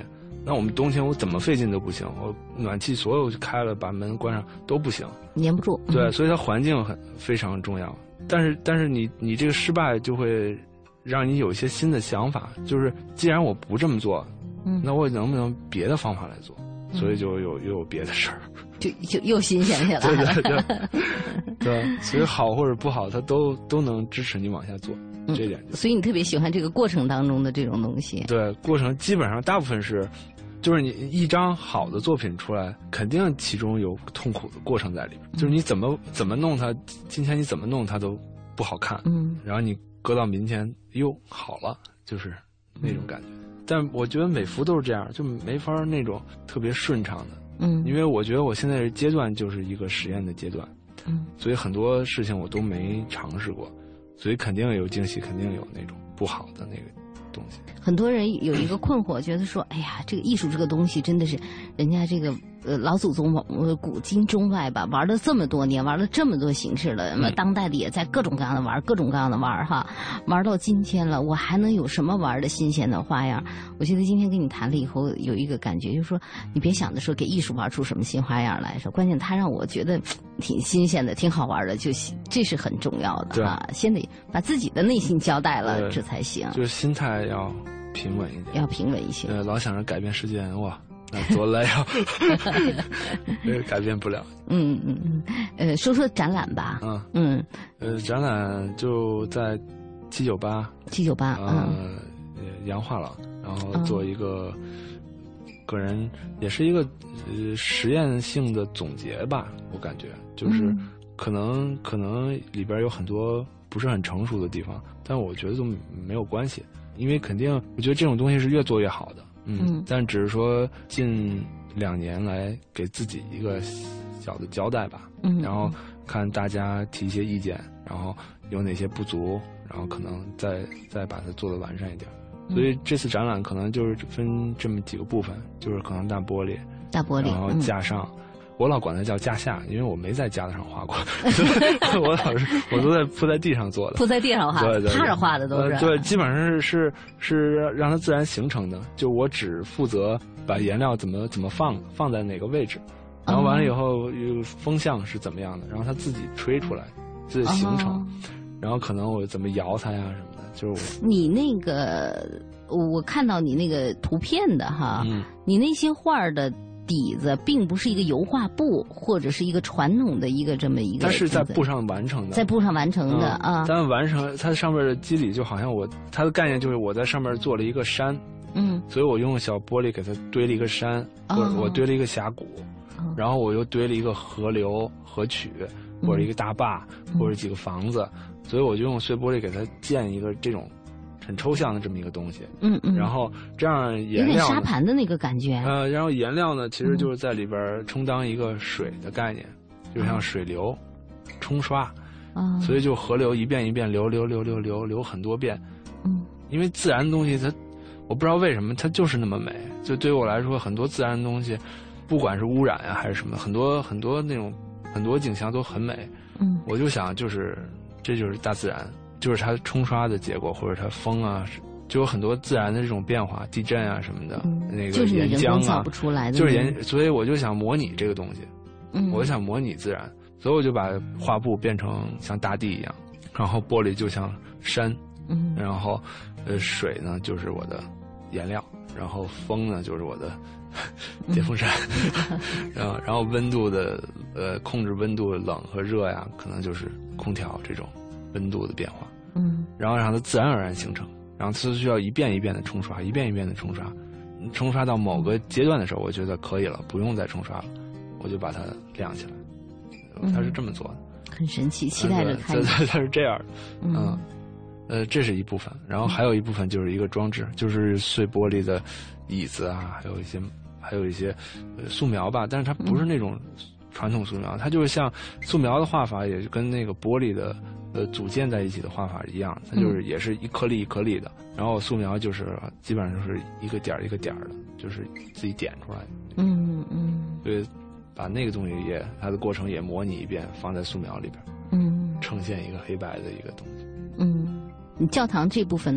那我们冬天我怎么费劲都不行，我暖气所有开了，把门关上都不行， 粘不住。 对，所以它环境很非常重要。但是但是你你这个失败就会让你有一些新的想法，就是既然我不这么做，嗯，那我能不能别的方法来做？所以就有又有别的事儿， 就就又新鲜起来了。 对对对，对，所以好或者不好，它都都能支持你往下做，嗯、这点。 所以你特别喜欢这个过程当中的这种东西。 对，过程基本上大部分是，就是你一张好的作品出来，肯定其中有痛苦的过程在里边。嗯、就是你怎么怎么弄它，今天你怎么弄它都不好看，嗯，然后你搁到明天，哟，好了，就是那种感觉。嗯，但我觉得每幅都是这样，就没法那种特别顺畅的，嗯，因为我觉得我现在的阶段就是一个实验的阶段，嗯，所以很多事情我都没尝试过，所以肯定有惊喜，肯定有那种不好的那个东西。 很多人有一个困惑，觉得说，哎呀，这个艺术这个东西真的是人家这个呃老祖宗呃古今中外吧玩了这么多年，玩了这么多形式了，那么当代的也在各种各样的玩，各种各样的玩哈，玩到今天了，我还能有什么玩的新鲜的花样？我觉得今天跟你谈了以后，有一个感觉，就是说你别想着说给艺术玩出什么新花样来，说关键它让我觉得挺新鲜的，挺好玩的，就这是很重要的啊。先得把自己的内心交代了，这才行。 就是心态要平稳一点， 要平稳一些。 呃，老想着改变世界，哇，那多累啊！这个改变不了。 嗯嗯嗯，呃，说说展览吧。嗯嗯， 呃，展览就在七九八， 七九八， 嗯，洋画廊，然后做一个个人，也是一个呃实验性的总结吧。我感觉就是可能可能里边有很多不是很成熟的地方，但我觉得都没有关系。因为肯定，我觉得这种东西是越做越好的，嗯，嗯但只是说近两年来给自己一个小的交代吧，嗯，然后看大家提一些意见，然后有哪些不足，然后可能再再把它做得完善一点。所以这次展览可能就是分这么几个部分，就是可能大玻璃， 大玻璃， 然后架上。嗯我老管它叫架下，因为我没在架子上画过，我老是我都在铺在地上做的， 铺在地上画， 对对对， 趴着画的都是， 呃、对，基本上是是是让它自然形成的，就我只负责把颜料怎么怎么放放在哪个位置，然后完了以后有风向是怎么样的，然后它自己吹出来，自己形成，哦、然后可能我怎么摇它呀什么的，就是我你那个我看到你那个图片的哈，嗯、你那些画的。底子并不是一个油画布或者是一个传统的一个这么一个， 它是在布上完成的， 在布上完成的、嗯、啊。 但完成它上面的肌理就好像我它的概念就是我在上面做了一个山，嗯，所以我用小玻璃给它堆了一个山，或者、哦、我堆了一个峡谷，哦、然后我又堆了一个河流、河曲，或者一个大坝，嗯、或者几个房子，所以我就用碎玻璃给它建一个这种。很抽象的这么一个东西，嗯嗯，然后这样颜料有点沙盘的那个感觉， 呃，然后颜料呢，其实就是在里边充当一个水的概念，嗯、就像水流、冲刷，啊，所以就河流一遍一遍流流流流流流很多遍，嗯，因为自然的东西它，我不知道为什么它就是那么美，就对于我来说，很多自然的东西，不管是污染啊还是什么，很多很多那种很多景象都很美，嗯，我就想就是这就是大自然。就是它冲刷的结果，或者它风啊，就有很多自然的这种变化，地震啊什么的，嗯、那个岩浆啊， 不出来的就是岩，所以我就想模拟这个东西，嗯，我就想模拟自然，所以我就把画布变成像大地一样，然后玻璃就像山，嗯，然后呃水呢就是我的颜料，然后风呢就是我的电风扇，嗯、然后然后温度的呃控制温度冷和热呀，可能就是空调这种温度的变化。嗯，然后让它自然而然形成，然后它需要一遍一遍的冲刷，一遍一遍的冲刷，冲刷到某个阶段的时候，我觉得可以了，不用再冲刷了，我就把它亮起来。嗯、它是这么做的， 很神奇，期待着看。 它它是这样的，嗯，嗯呃，这是一部分，然后还有一部分就是一个装置，就是碎玻璃的椅子啊，还有一些还有一些呃素描吧，但是它不是那种传统素描，它就是像素描的画法，也跟那个玻璃的。呃，组建在一起的画法一样，它就是也是一颗粒一颗粒的，嗯、然后素描就是基本上就是一个点儿一个点儿的，就是自己点出来的。嗯嗯。所以把那个东西也它的过程也模拟一遍，放在素描里边，嗯，呈现一个黑白的一个东西。 嗯，你教堂这部分呢？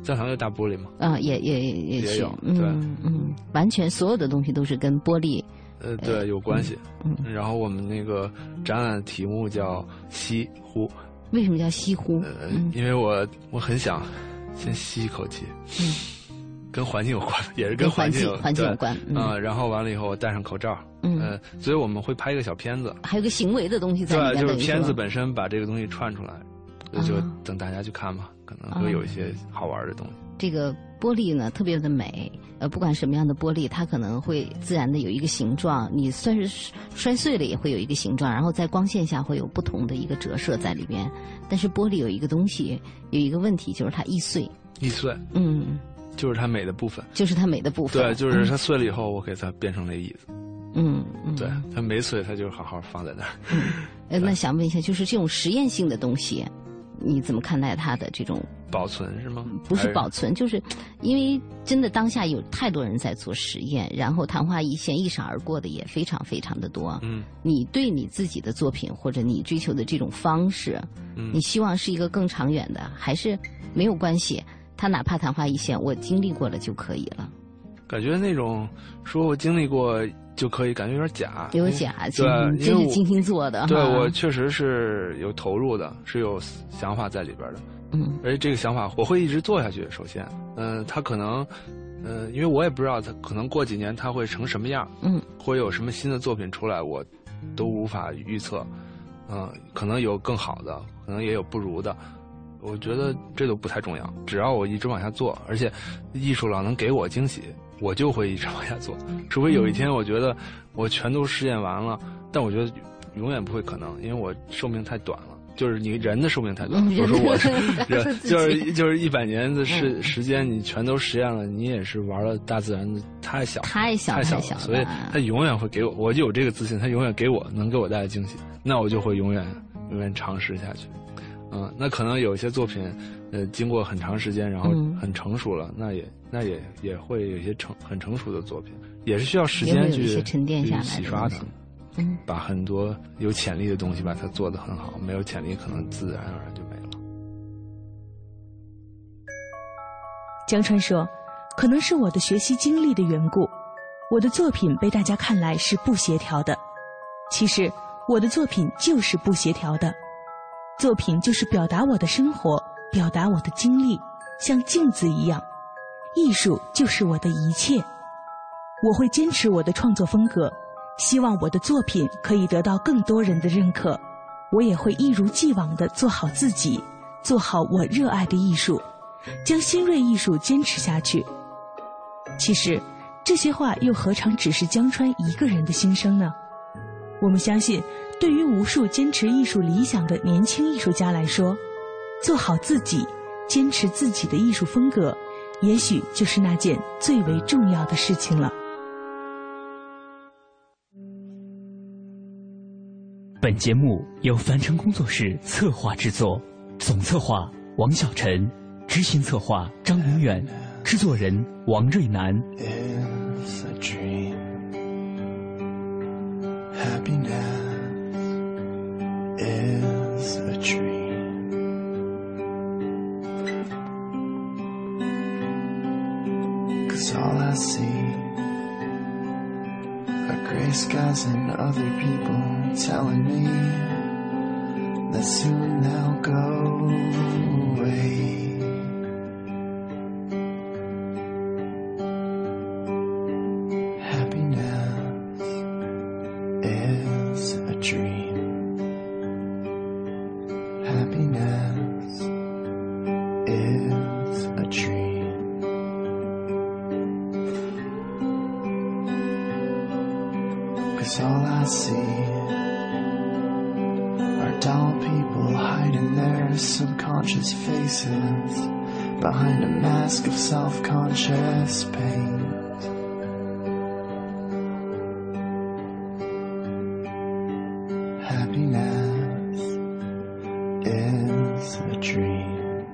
教堂有大玻璃吗？ 啊，也也也也有， 嗯、 对， 嗯，完全所有的东西都是跟玻璃， 呃，对，有关系。 嗯， 嗯然后我们那个展览题目叫西湖。 为什么叫西湖？ 呃，因为我我很想先吸一口气。 嗯， 跟环境有关，也是跟环境有环境有关。 嗯、呃，然后完了以后我戴上口罩。 嗯， 呃，所以我们会拍一个小片子， 还有个行为的东西在里面。 对，就是片子本身把这个东西串出来， 啊、 就等大家去看嘛，可能会有一些好玩的东西。 这个玻璃呢特别的美，呃，不管什么样的玻璃，它可能会自然的有一个形状，你算是摔碎了也会有一个形状，然后在光线下会有不同的一个折射在里边。但是玻璃有一个东西，有一个问题，就是它易碎。 易碎， 嗯， 就是它美的部分， 就是它美的部分。 对，就是它碎了以后，我给它变成了椅子。 嗯，嗯对，它没碎，它就好好放在那儿。 嗯，呃，那想问一下，就是这种实验性的东西，你怎么看待它的这种保存是吗？ 不是保存，就是因为真的当下有太多人在做实验，然后昙花一现、一闪而过的也非常非常的多。 嗯， 你对你自己的作品或者你追求的这种方式， 嗯， 你希望是一个更长远的，还是没有关系？它哪怕昙花一现，我经历过了就可以了。 感觉那种说我经历过就可以，感觉有点假， 有假， 对， 这是精心做的。 对，我确实是有投入的，是有想法在里边的。 嗯， 而且这个想法我会一直做下去。首先，嗯、呃，他可能，呃，因为我也不知道他可能过几年他会成什么样， 嗯， 会有什么新的作品出来，我都无法预测。嗯、呃，可能有更好的，可能也有不如的。我觉得这都不太重要，只要我一直往下做，而且艺术老能给我惊喜，我就会一直往下做。除非有一天我觉得我全都试验完了，但我觉得永远不会可能，因为我寿命太短了。就是你人的寿命太短，比如说我是人，就是就是一百年的时时间，你全都实验了，你也是玩了大自然的太小太小太小了， 所以他永远会给我，我就有这个自信，他永远给我能给我带来惊喜，那我就会永远永远尝试下去。嗯，那可能有一些作品，呃，经过很长时间，然后很成熟了，嗯、那也那也也会有一些成很成熟的作品，也是需要时间去沉淀下来洗刷它。 嗯， 把很多有潜力的东西把它做得很好，没有潜力可能自然而然就没了。 江川说，可能是我的学习经历的缘故，我的作品被大家看来是不协调的。其实我的作品就是不协调的，作品就是表达我的生活，表达我的经历，像镜子一样。艺术就是我的一切，我会坚持我的创作风格，希望我的作品可以得到更多人的认可，我也会一如既往地做好自己，做好我热爱的艺术，将新锐艺术坚持下去。其实，这些话又何尝只是江川一个人的心声呢？我们相信，对于无数坚持艺术理想的年轻艺术家来说，做好自己，坚持自己的艺术风格，也许就是那件最为重要的事情了。 本节目由凡尘工作室策划制作，总策划王小晨，执行策划张明远，制作人王瑞南。 It's a dream. Happiness is a dream. Cause all I see are gray skies and other people telling me that soon they'll go away. Happiness is a dream. Happiness is a dream. Cause all I see are dull people hiding their subconscious faces behind a mask of self-conscious pain. Happiness is a dream.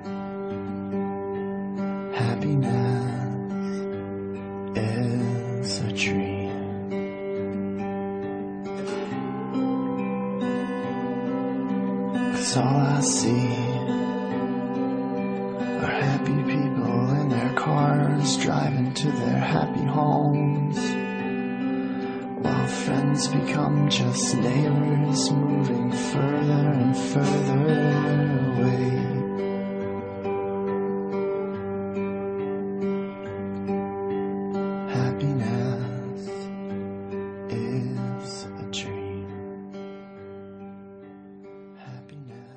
Happiness is a dream. Cause all I see are happy people to their happy homes, while friends become just neighbors moving further and further away. Happiness is a dream. Happiness.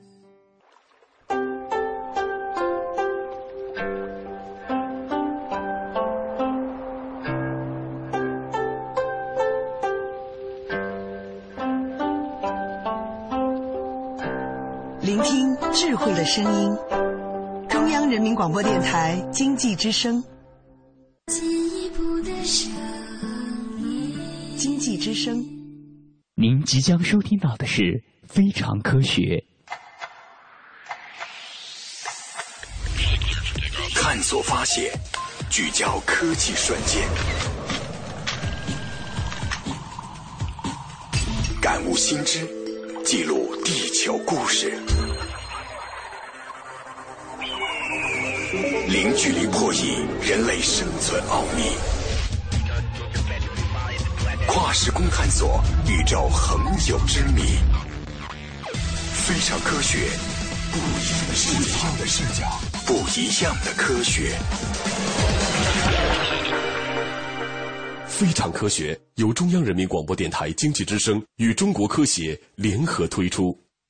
聆听智慧的声音，中央人民广播电台经济之声。经济之声。 您即将收听到的是《非常科学》， 探索发现，聚焦科技瞬间，感悟新知，记录地球故事，零距离破译人类生存奥秘，跨时空探索宇宙恒久之谜。非常科学，不一样的视角，的视角，不一样的科学。 非常科学由中央人民广播电台经济之声与中国科协联合推出。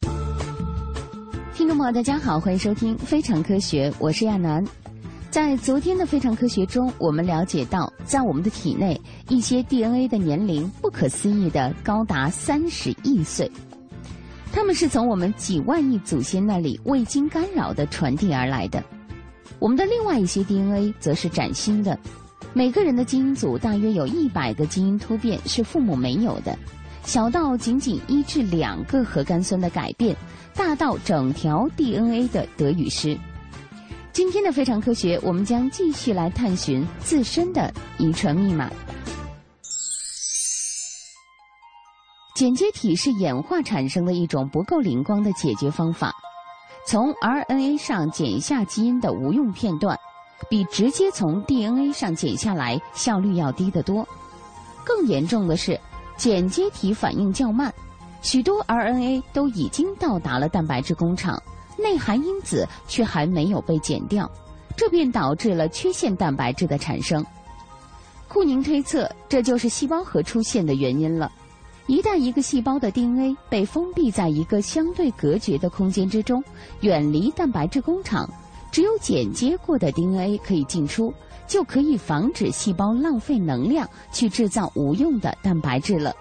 听众朋友大家好，欢迎收听非常科学，我是亚楠。在昨天的非常科学中，我们了解到在我们的体内一些 D N A 的年龄不可思议的高达三十亿岁，它们是从我们几万亿祖先那里未经干扰的传递而来的。我们的另外一些 D N A 则是崭新的，每个人的基因组大约有一百个基因突变是父母没有的，小到仅仅一至两个核苷酸的改变，大到整条 D N A 的得与失。今天的非常科学，我们将继续来探寻自身的遗传密码。剪接体是演化产生的一种不够灵光的解决方法，从 R N A 上剪下基因的无用片段，比直接从 D N A 上剪下来效率要低得多。更严重的是，剪接体反应较慢，许多 R N A 都已经到达了蛋白质工厂，内含因子却还没有被剪掉，这便导致了缺陷蛋白质的产生。库宁推测，这就是细胞核出现的原因了。一旦一个细胞的 D N A 被封闭在一个相对隔绝的空间之中，远离蛋白质工厂，只有剪接过的 D N A 可以进出，就可以防止细胞浪费能量去制造无用的蛋白质了。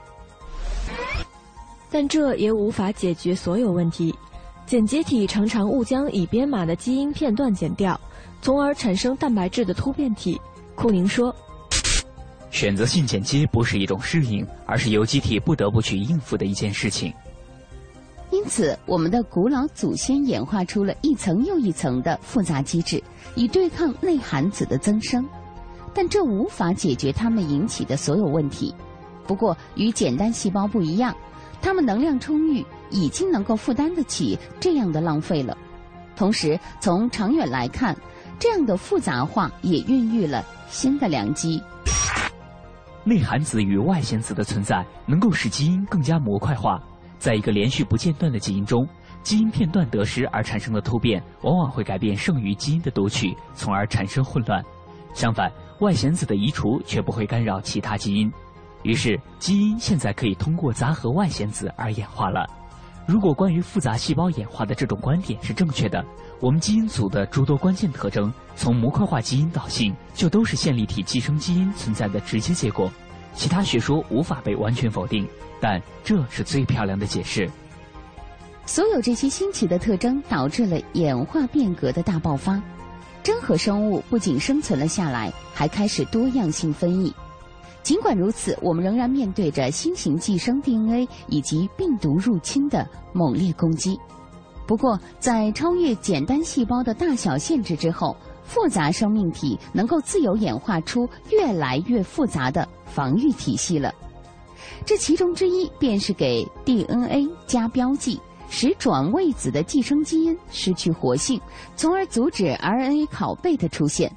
但这也无法解决所有问题。剪接体常常误将已编码的基因片段剪掉，从而产生蛋白质的突变体。库宁说， 选择性剪接不是一种适应，而是有机体不得不去应付的一件事情。 因此，我们的古老祖先演化出了一层又一层的复杂机制，以对抗内含子的增生。但这无法解决它们引起的所有问题。不过，与简单细胞不一样，它们能量充裕，已经能够负担得起这样的浪费了。同时，从长远来看，这样的复杂化也孕育了新的良机。 内含子与外显子的存在能够使基因更加模块化。在一个连续不间断的基因中，基因片段得失而产生的突变，往往会改变剩余基因的读取，从而产生混乱。相反，外显子的移除却不会干扰其他基因。于是，基因现在可以通过杂合外显子而演化了。如果关于复杂细胞演化的这种观点是正确的，我们基因组的诸多关键特征，从模块化基因到性，就都是线粒体寄生基因存在的直接结果。其他学说无法被完全否定，但这是最漂亮的解释。 所有这些新奇的特征导致了演化变革的大爆发，真核生物不仅生存了下来，还开始多样性分异。尽管如此，我们仍然面对着新型寄生 D N A 以及病毒入侵的猛烈攻击。不过，在超越简单细胞的大小限制之后，复杂生命体能够自由演化出越来越复杂的防御体系了。这其中之一便是给 D N A 加标记，使转位子的寄生基因失去活性，从而阻止 R N A 拷贝的出现。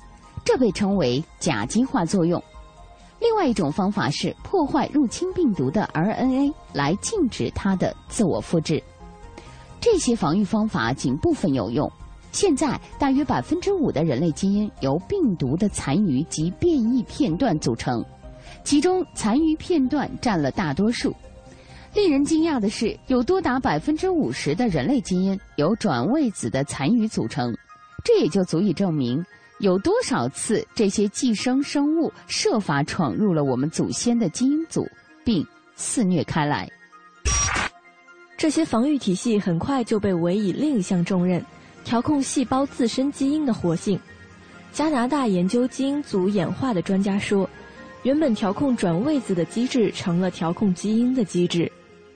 这被称为甲基化作用。另外一种方法是破坏入侵病毒的 R N A 来禁止它的自我复制。这些防御方法仅部分有用。现在大约百分之五的人类基因由病毒的残余及变异片段组成，其中残余片段占了大多数。令人惊讶的是，有多达百分之五十的人类基因由转位子的残余组成，这也就足以证明有多少次这些寄生生物设法闯入了我们祖先的基因组，并肆虐开来。 这些防御体系很快就被委以另一项重任，调控细胞自身基因的活性。加拿大研究基因组演化的专家说，原本调控转位子的机制成了调控基因的机制。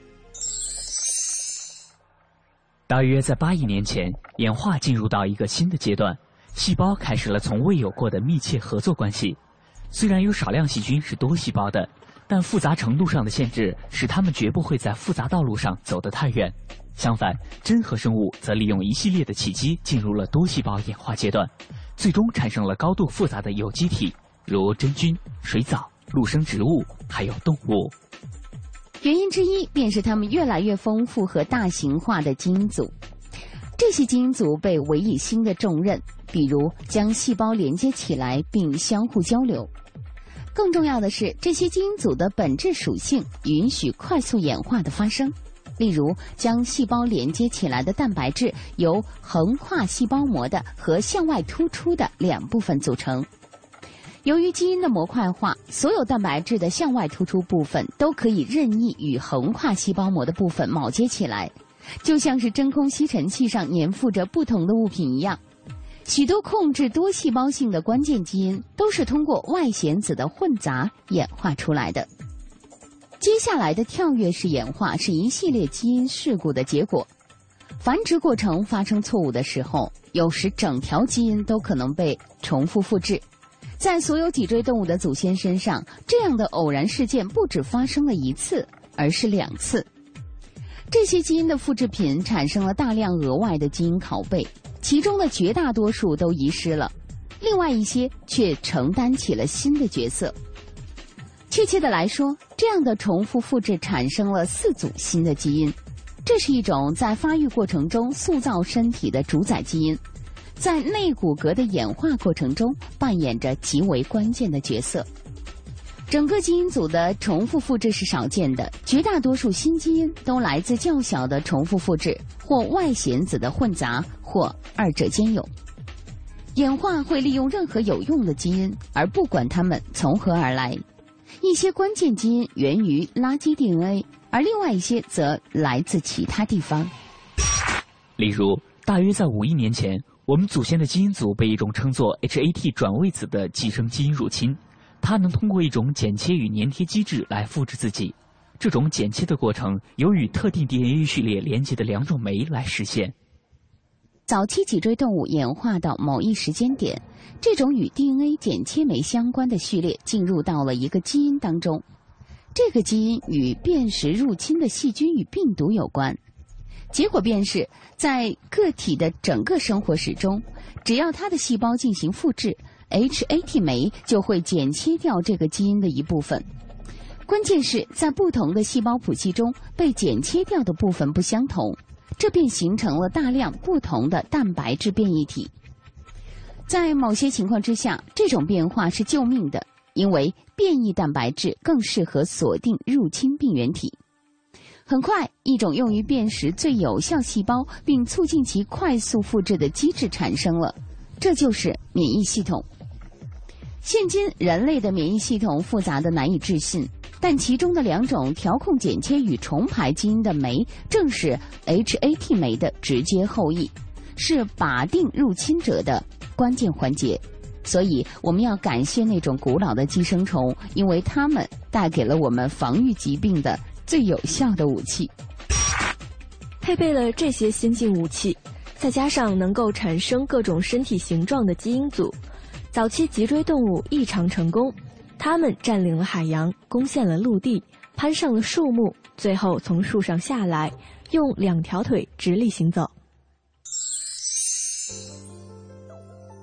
大约在八亿年前，演化进入到一个新的阶段，细胞开始了从未有过的密切合作关系。虽然有少量细菌是多细胞的，但复杂程度上的限制使它们绝不会在复杂道路上走得太远。相反，真核生物则利用一系列的契机进入了多细胞演化阶段，最终产生了高度复杂的有机体，如真菌、水藻、陆生植物，还有动物。 原因之一便是它们越来越丰富和大型化的基因组。这些基因组被委以新的重任，比如将细胞连接起来并相互交流。更重要的是，这些基因组的本质属性允许快速演化的发生。例如，将细胞连接起来的蛋白质由横跨细胞膜的和向外突出的两部分组成。由于基因的模块化，所有蛋白质的向外突出部分都可以任意与横跨细胞膜的部分铆接起来，就像是真空吸尘器上粘附着不同的物品一样。许多控制多细胞性的关键基因都是通过外显子的混杂演化出来的。接下来的跳跃式演化是一系列基因事故的结果。繁殖过程发生错误的时候，有时整条基因都可能被重复复制。在所有脊椎动物的祖先身上，这样的偶然事件不只发生了一次，而是两次。这些基因的复制品产生了大量额外的基因拷贝，其中的绝大多数都遗失了，另外一些却承担起了新的角色。确切的来说，这样的重复复制产生了四组新的基因，这是一种在发育过程中塑造身体的主宰基因，在内骨骼的演化过程中扮演着极为关键的角色。整个基因组的重复复制是少见的，绝大多数新基因都来自较小的重复复制，或外显子的混杂，或二者兼有。演化会利用任何有用的基因，而不管它们从何而来。一些关键基因源于垃圾 D N A， 而另外一些则来自其他地方。 例如，大约在五亿年前，我们祖先的基因组被一种称作 H A T 转位子的寄生基因入侵，它能通过一种剪切与粘贴机制来复制自己。这种剪切的过程由与特定 D N A 序列连接的两种酶来实现。 早期脊椎动物演化到某一时间点，这种与 D N A 剪切酶相关的序列进入到了一个基因当中。这个基因与辨识入侵的细菌与病毒有关。结果便是，在个体的整个生活史中，只要它的细胞进行复制， H A T 酶就会剪切掉这个基因的一部分。关键是在不同的细胞谱系中，被剪切掉的部分不相同，这便形成了大量不同的蛋白质变异体。在某些情况之下，这种变化是救命的，因为变异蛋白质更适合锁定入侵病原体。很快，一种用于辨识最有效细胞并促进其快速复制的机制产生了，这就是免疫系统。现今人类的免疫系统复杂的难以置信，但其中的两种调控剪切与重排基因的酶正是 H A T 酶的直接后裔，是把定入侵者的关键环节。所以我们要感谢那种古老的寄生虫，因为它们带给了我们防御疾病的最有效的武器。 配备了这些先进武器，再加上能够产生各种身体形状的基因组，早期脊椎动物异常成功。它们占领了海洋，攻陷了陆地，攀上了树木，最后从树上下来，用两条腿直立行走。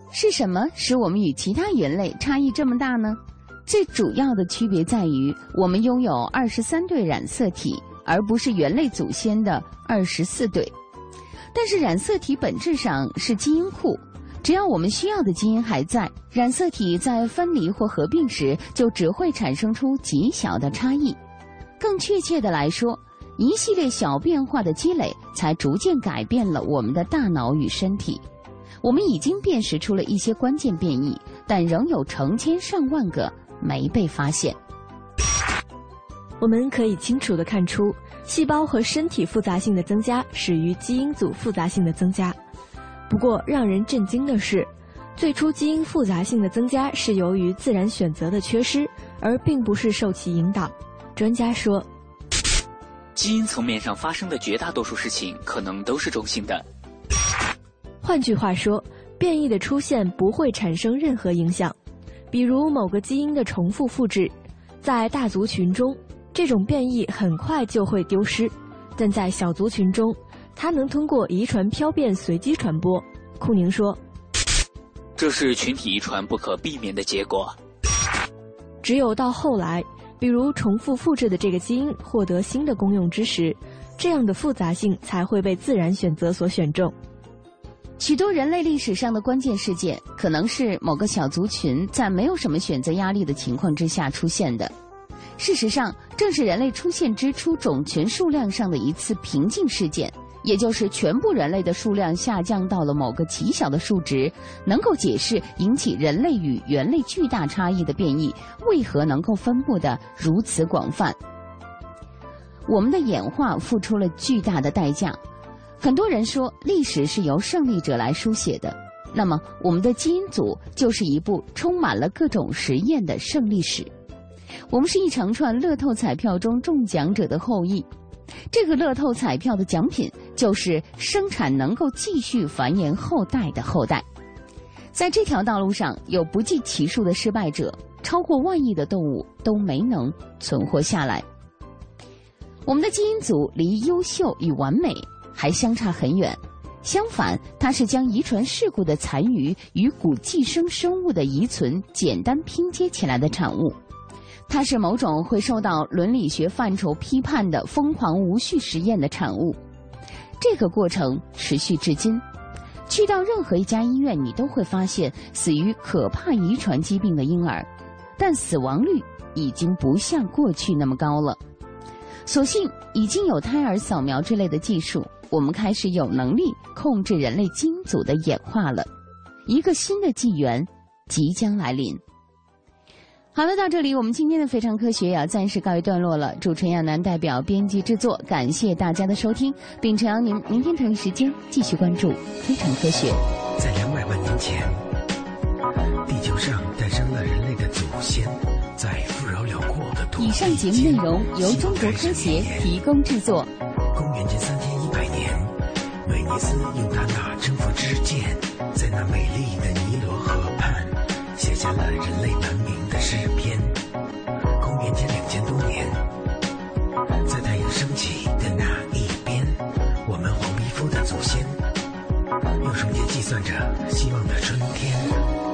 是什么使我们与其他猿类差异这么大呢？最主要的区别在于，我们拥有二十三对染色体，而不是猿类祖先的二十四对。但是染色体本质上是基因库，只要我们需要的基因还在，染色体在分离或合并时就只会产生出极小的差异。更确切的来说，一系列小变化的积累才逐渐改变了我们的大脑与身体。我们已经辨识出了一些关键变异，但仍有成千上万个没被发现。 我们可以清楚地看出，细胞和身体复杂性的增加始于基因组复杂性的增加。不过让人震惊的是，最初基因复杂性的增加是由于自然选择的缺失，而并不是受其引导。专家说， 基因层面上发生的绝大多数事情可能都是中性的。 换句话说，变异的出现不会产生任何影响。比如某个基因的重复复制，在大族群中，这种变异很快就会丢失；但在小族群中，它能通过遗传漂变随机传播。库宁说， 这是群体遗传不可避免的结果。 只有到后来，比如重复复制的这个基因获得新的功用之时，这样的复杂性才会被自然选择所选中。 许多人类历史上的关键事件，可能是某个小族群在没有什么选择压力的情况之下出现的。事实上，正是人类出现之初种群数量上的一次平静事件，也就是全部人类的数量下降到了某个极小的数值，能够解释引起人类与猿类巨大差异的变异为何能够分布得如此广泛。我们的演化付出了巨大的代价。很多人说历史是由胜利者来书写的，那么我们的基因组就是一部充满了各种实验的胜利史。我们是一长串乐透彩票中中奖者的后裔，这个乐透彩票的奖品就是生产能够继续繁衍后代的后代。在这条道路上，有不计其数的失败者，超过万亿的动物都没能存活下来。我们的基因组离优秀与完美还相差很远，相反，它是将遗传事故的残余与古寄生生物的遗存简单拼接起来的产物。它是某种会受到伦理学范畴批判的疯狂无序实验的产物。这个过程持续至今，去到任何一家医院，你都会发现死于可怕遗传疾病的婴儿，但死亡率已经不像过去那么高了。所幸已经有胎儿扫描之类的技术，我们开始有能力控制人类基因组的演化了。一个新的纪元即将来临。好了，到这里我们今天的非常科学也要暂时告一段落了。主持人亚楠代表编辑制作，感谢大家的收听，并诚邀您明天同一时间继续关注非常科学。 在两百万年前，地球上诞生了人类的祖先，在富饶辽阔的土地。 以上节目内容由中国科协提供制作。 公元前三千一百年，威尼斯用他那征服之剑，在那美丽的尼罗河畔写下了人类文明的诗篇。公元前两千多年，在太阳升起的那一边，我们黄皮肤的祖先用绳结计算着希望的春天。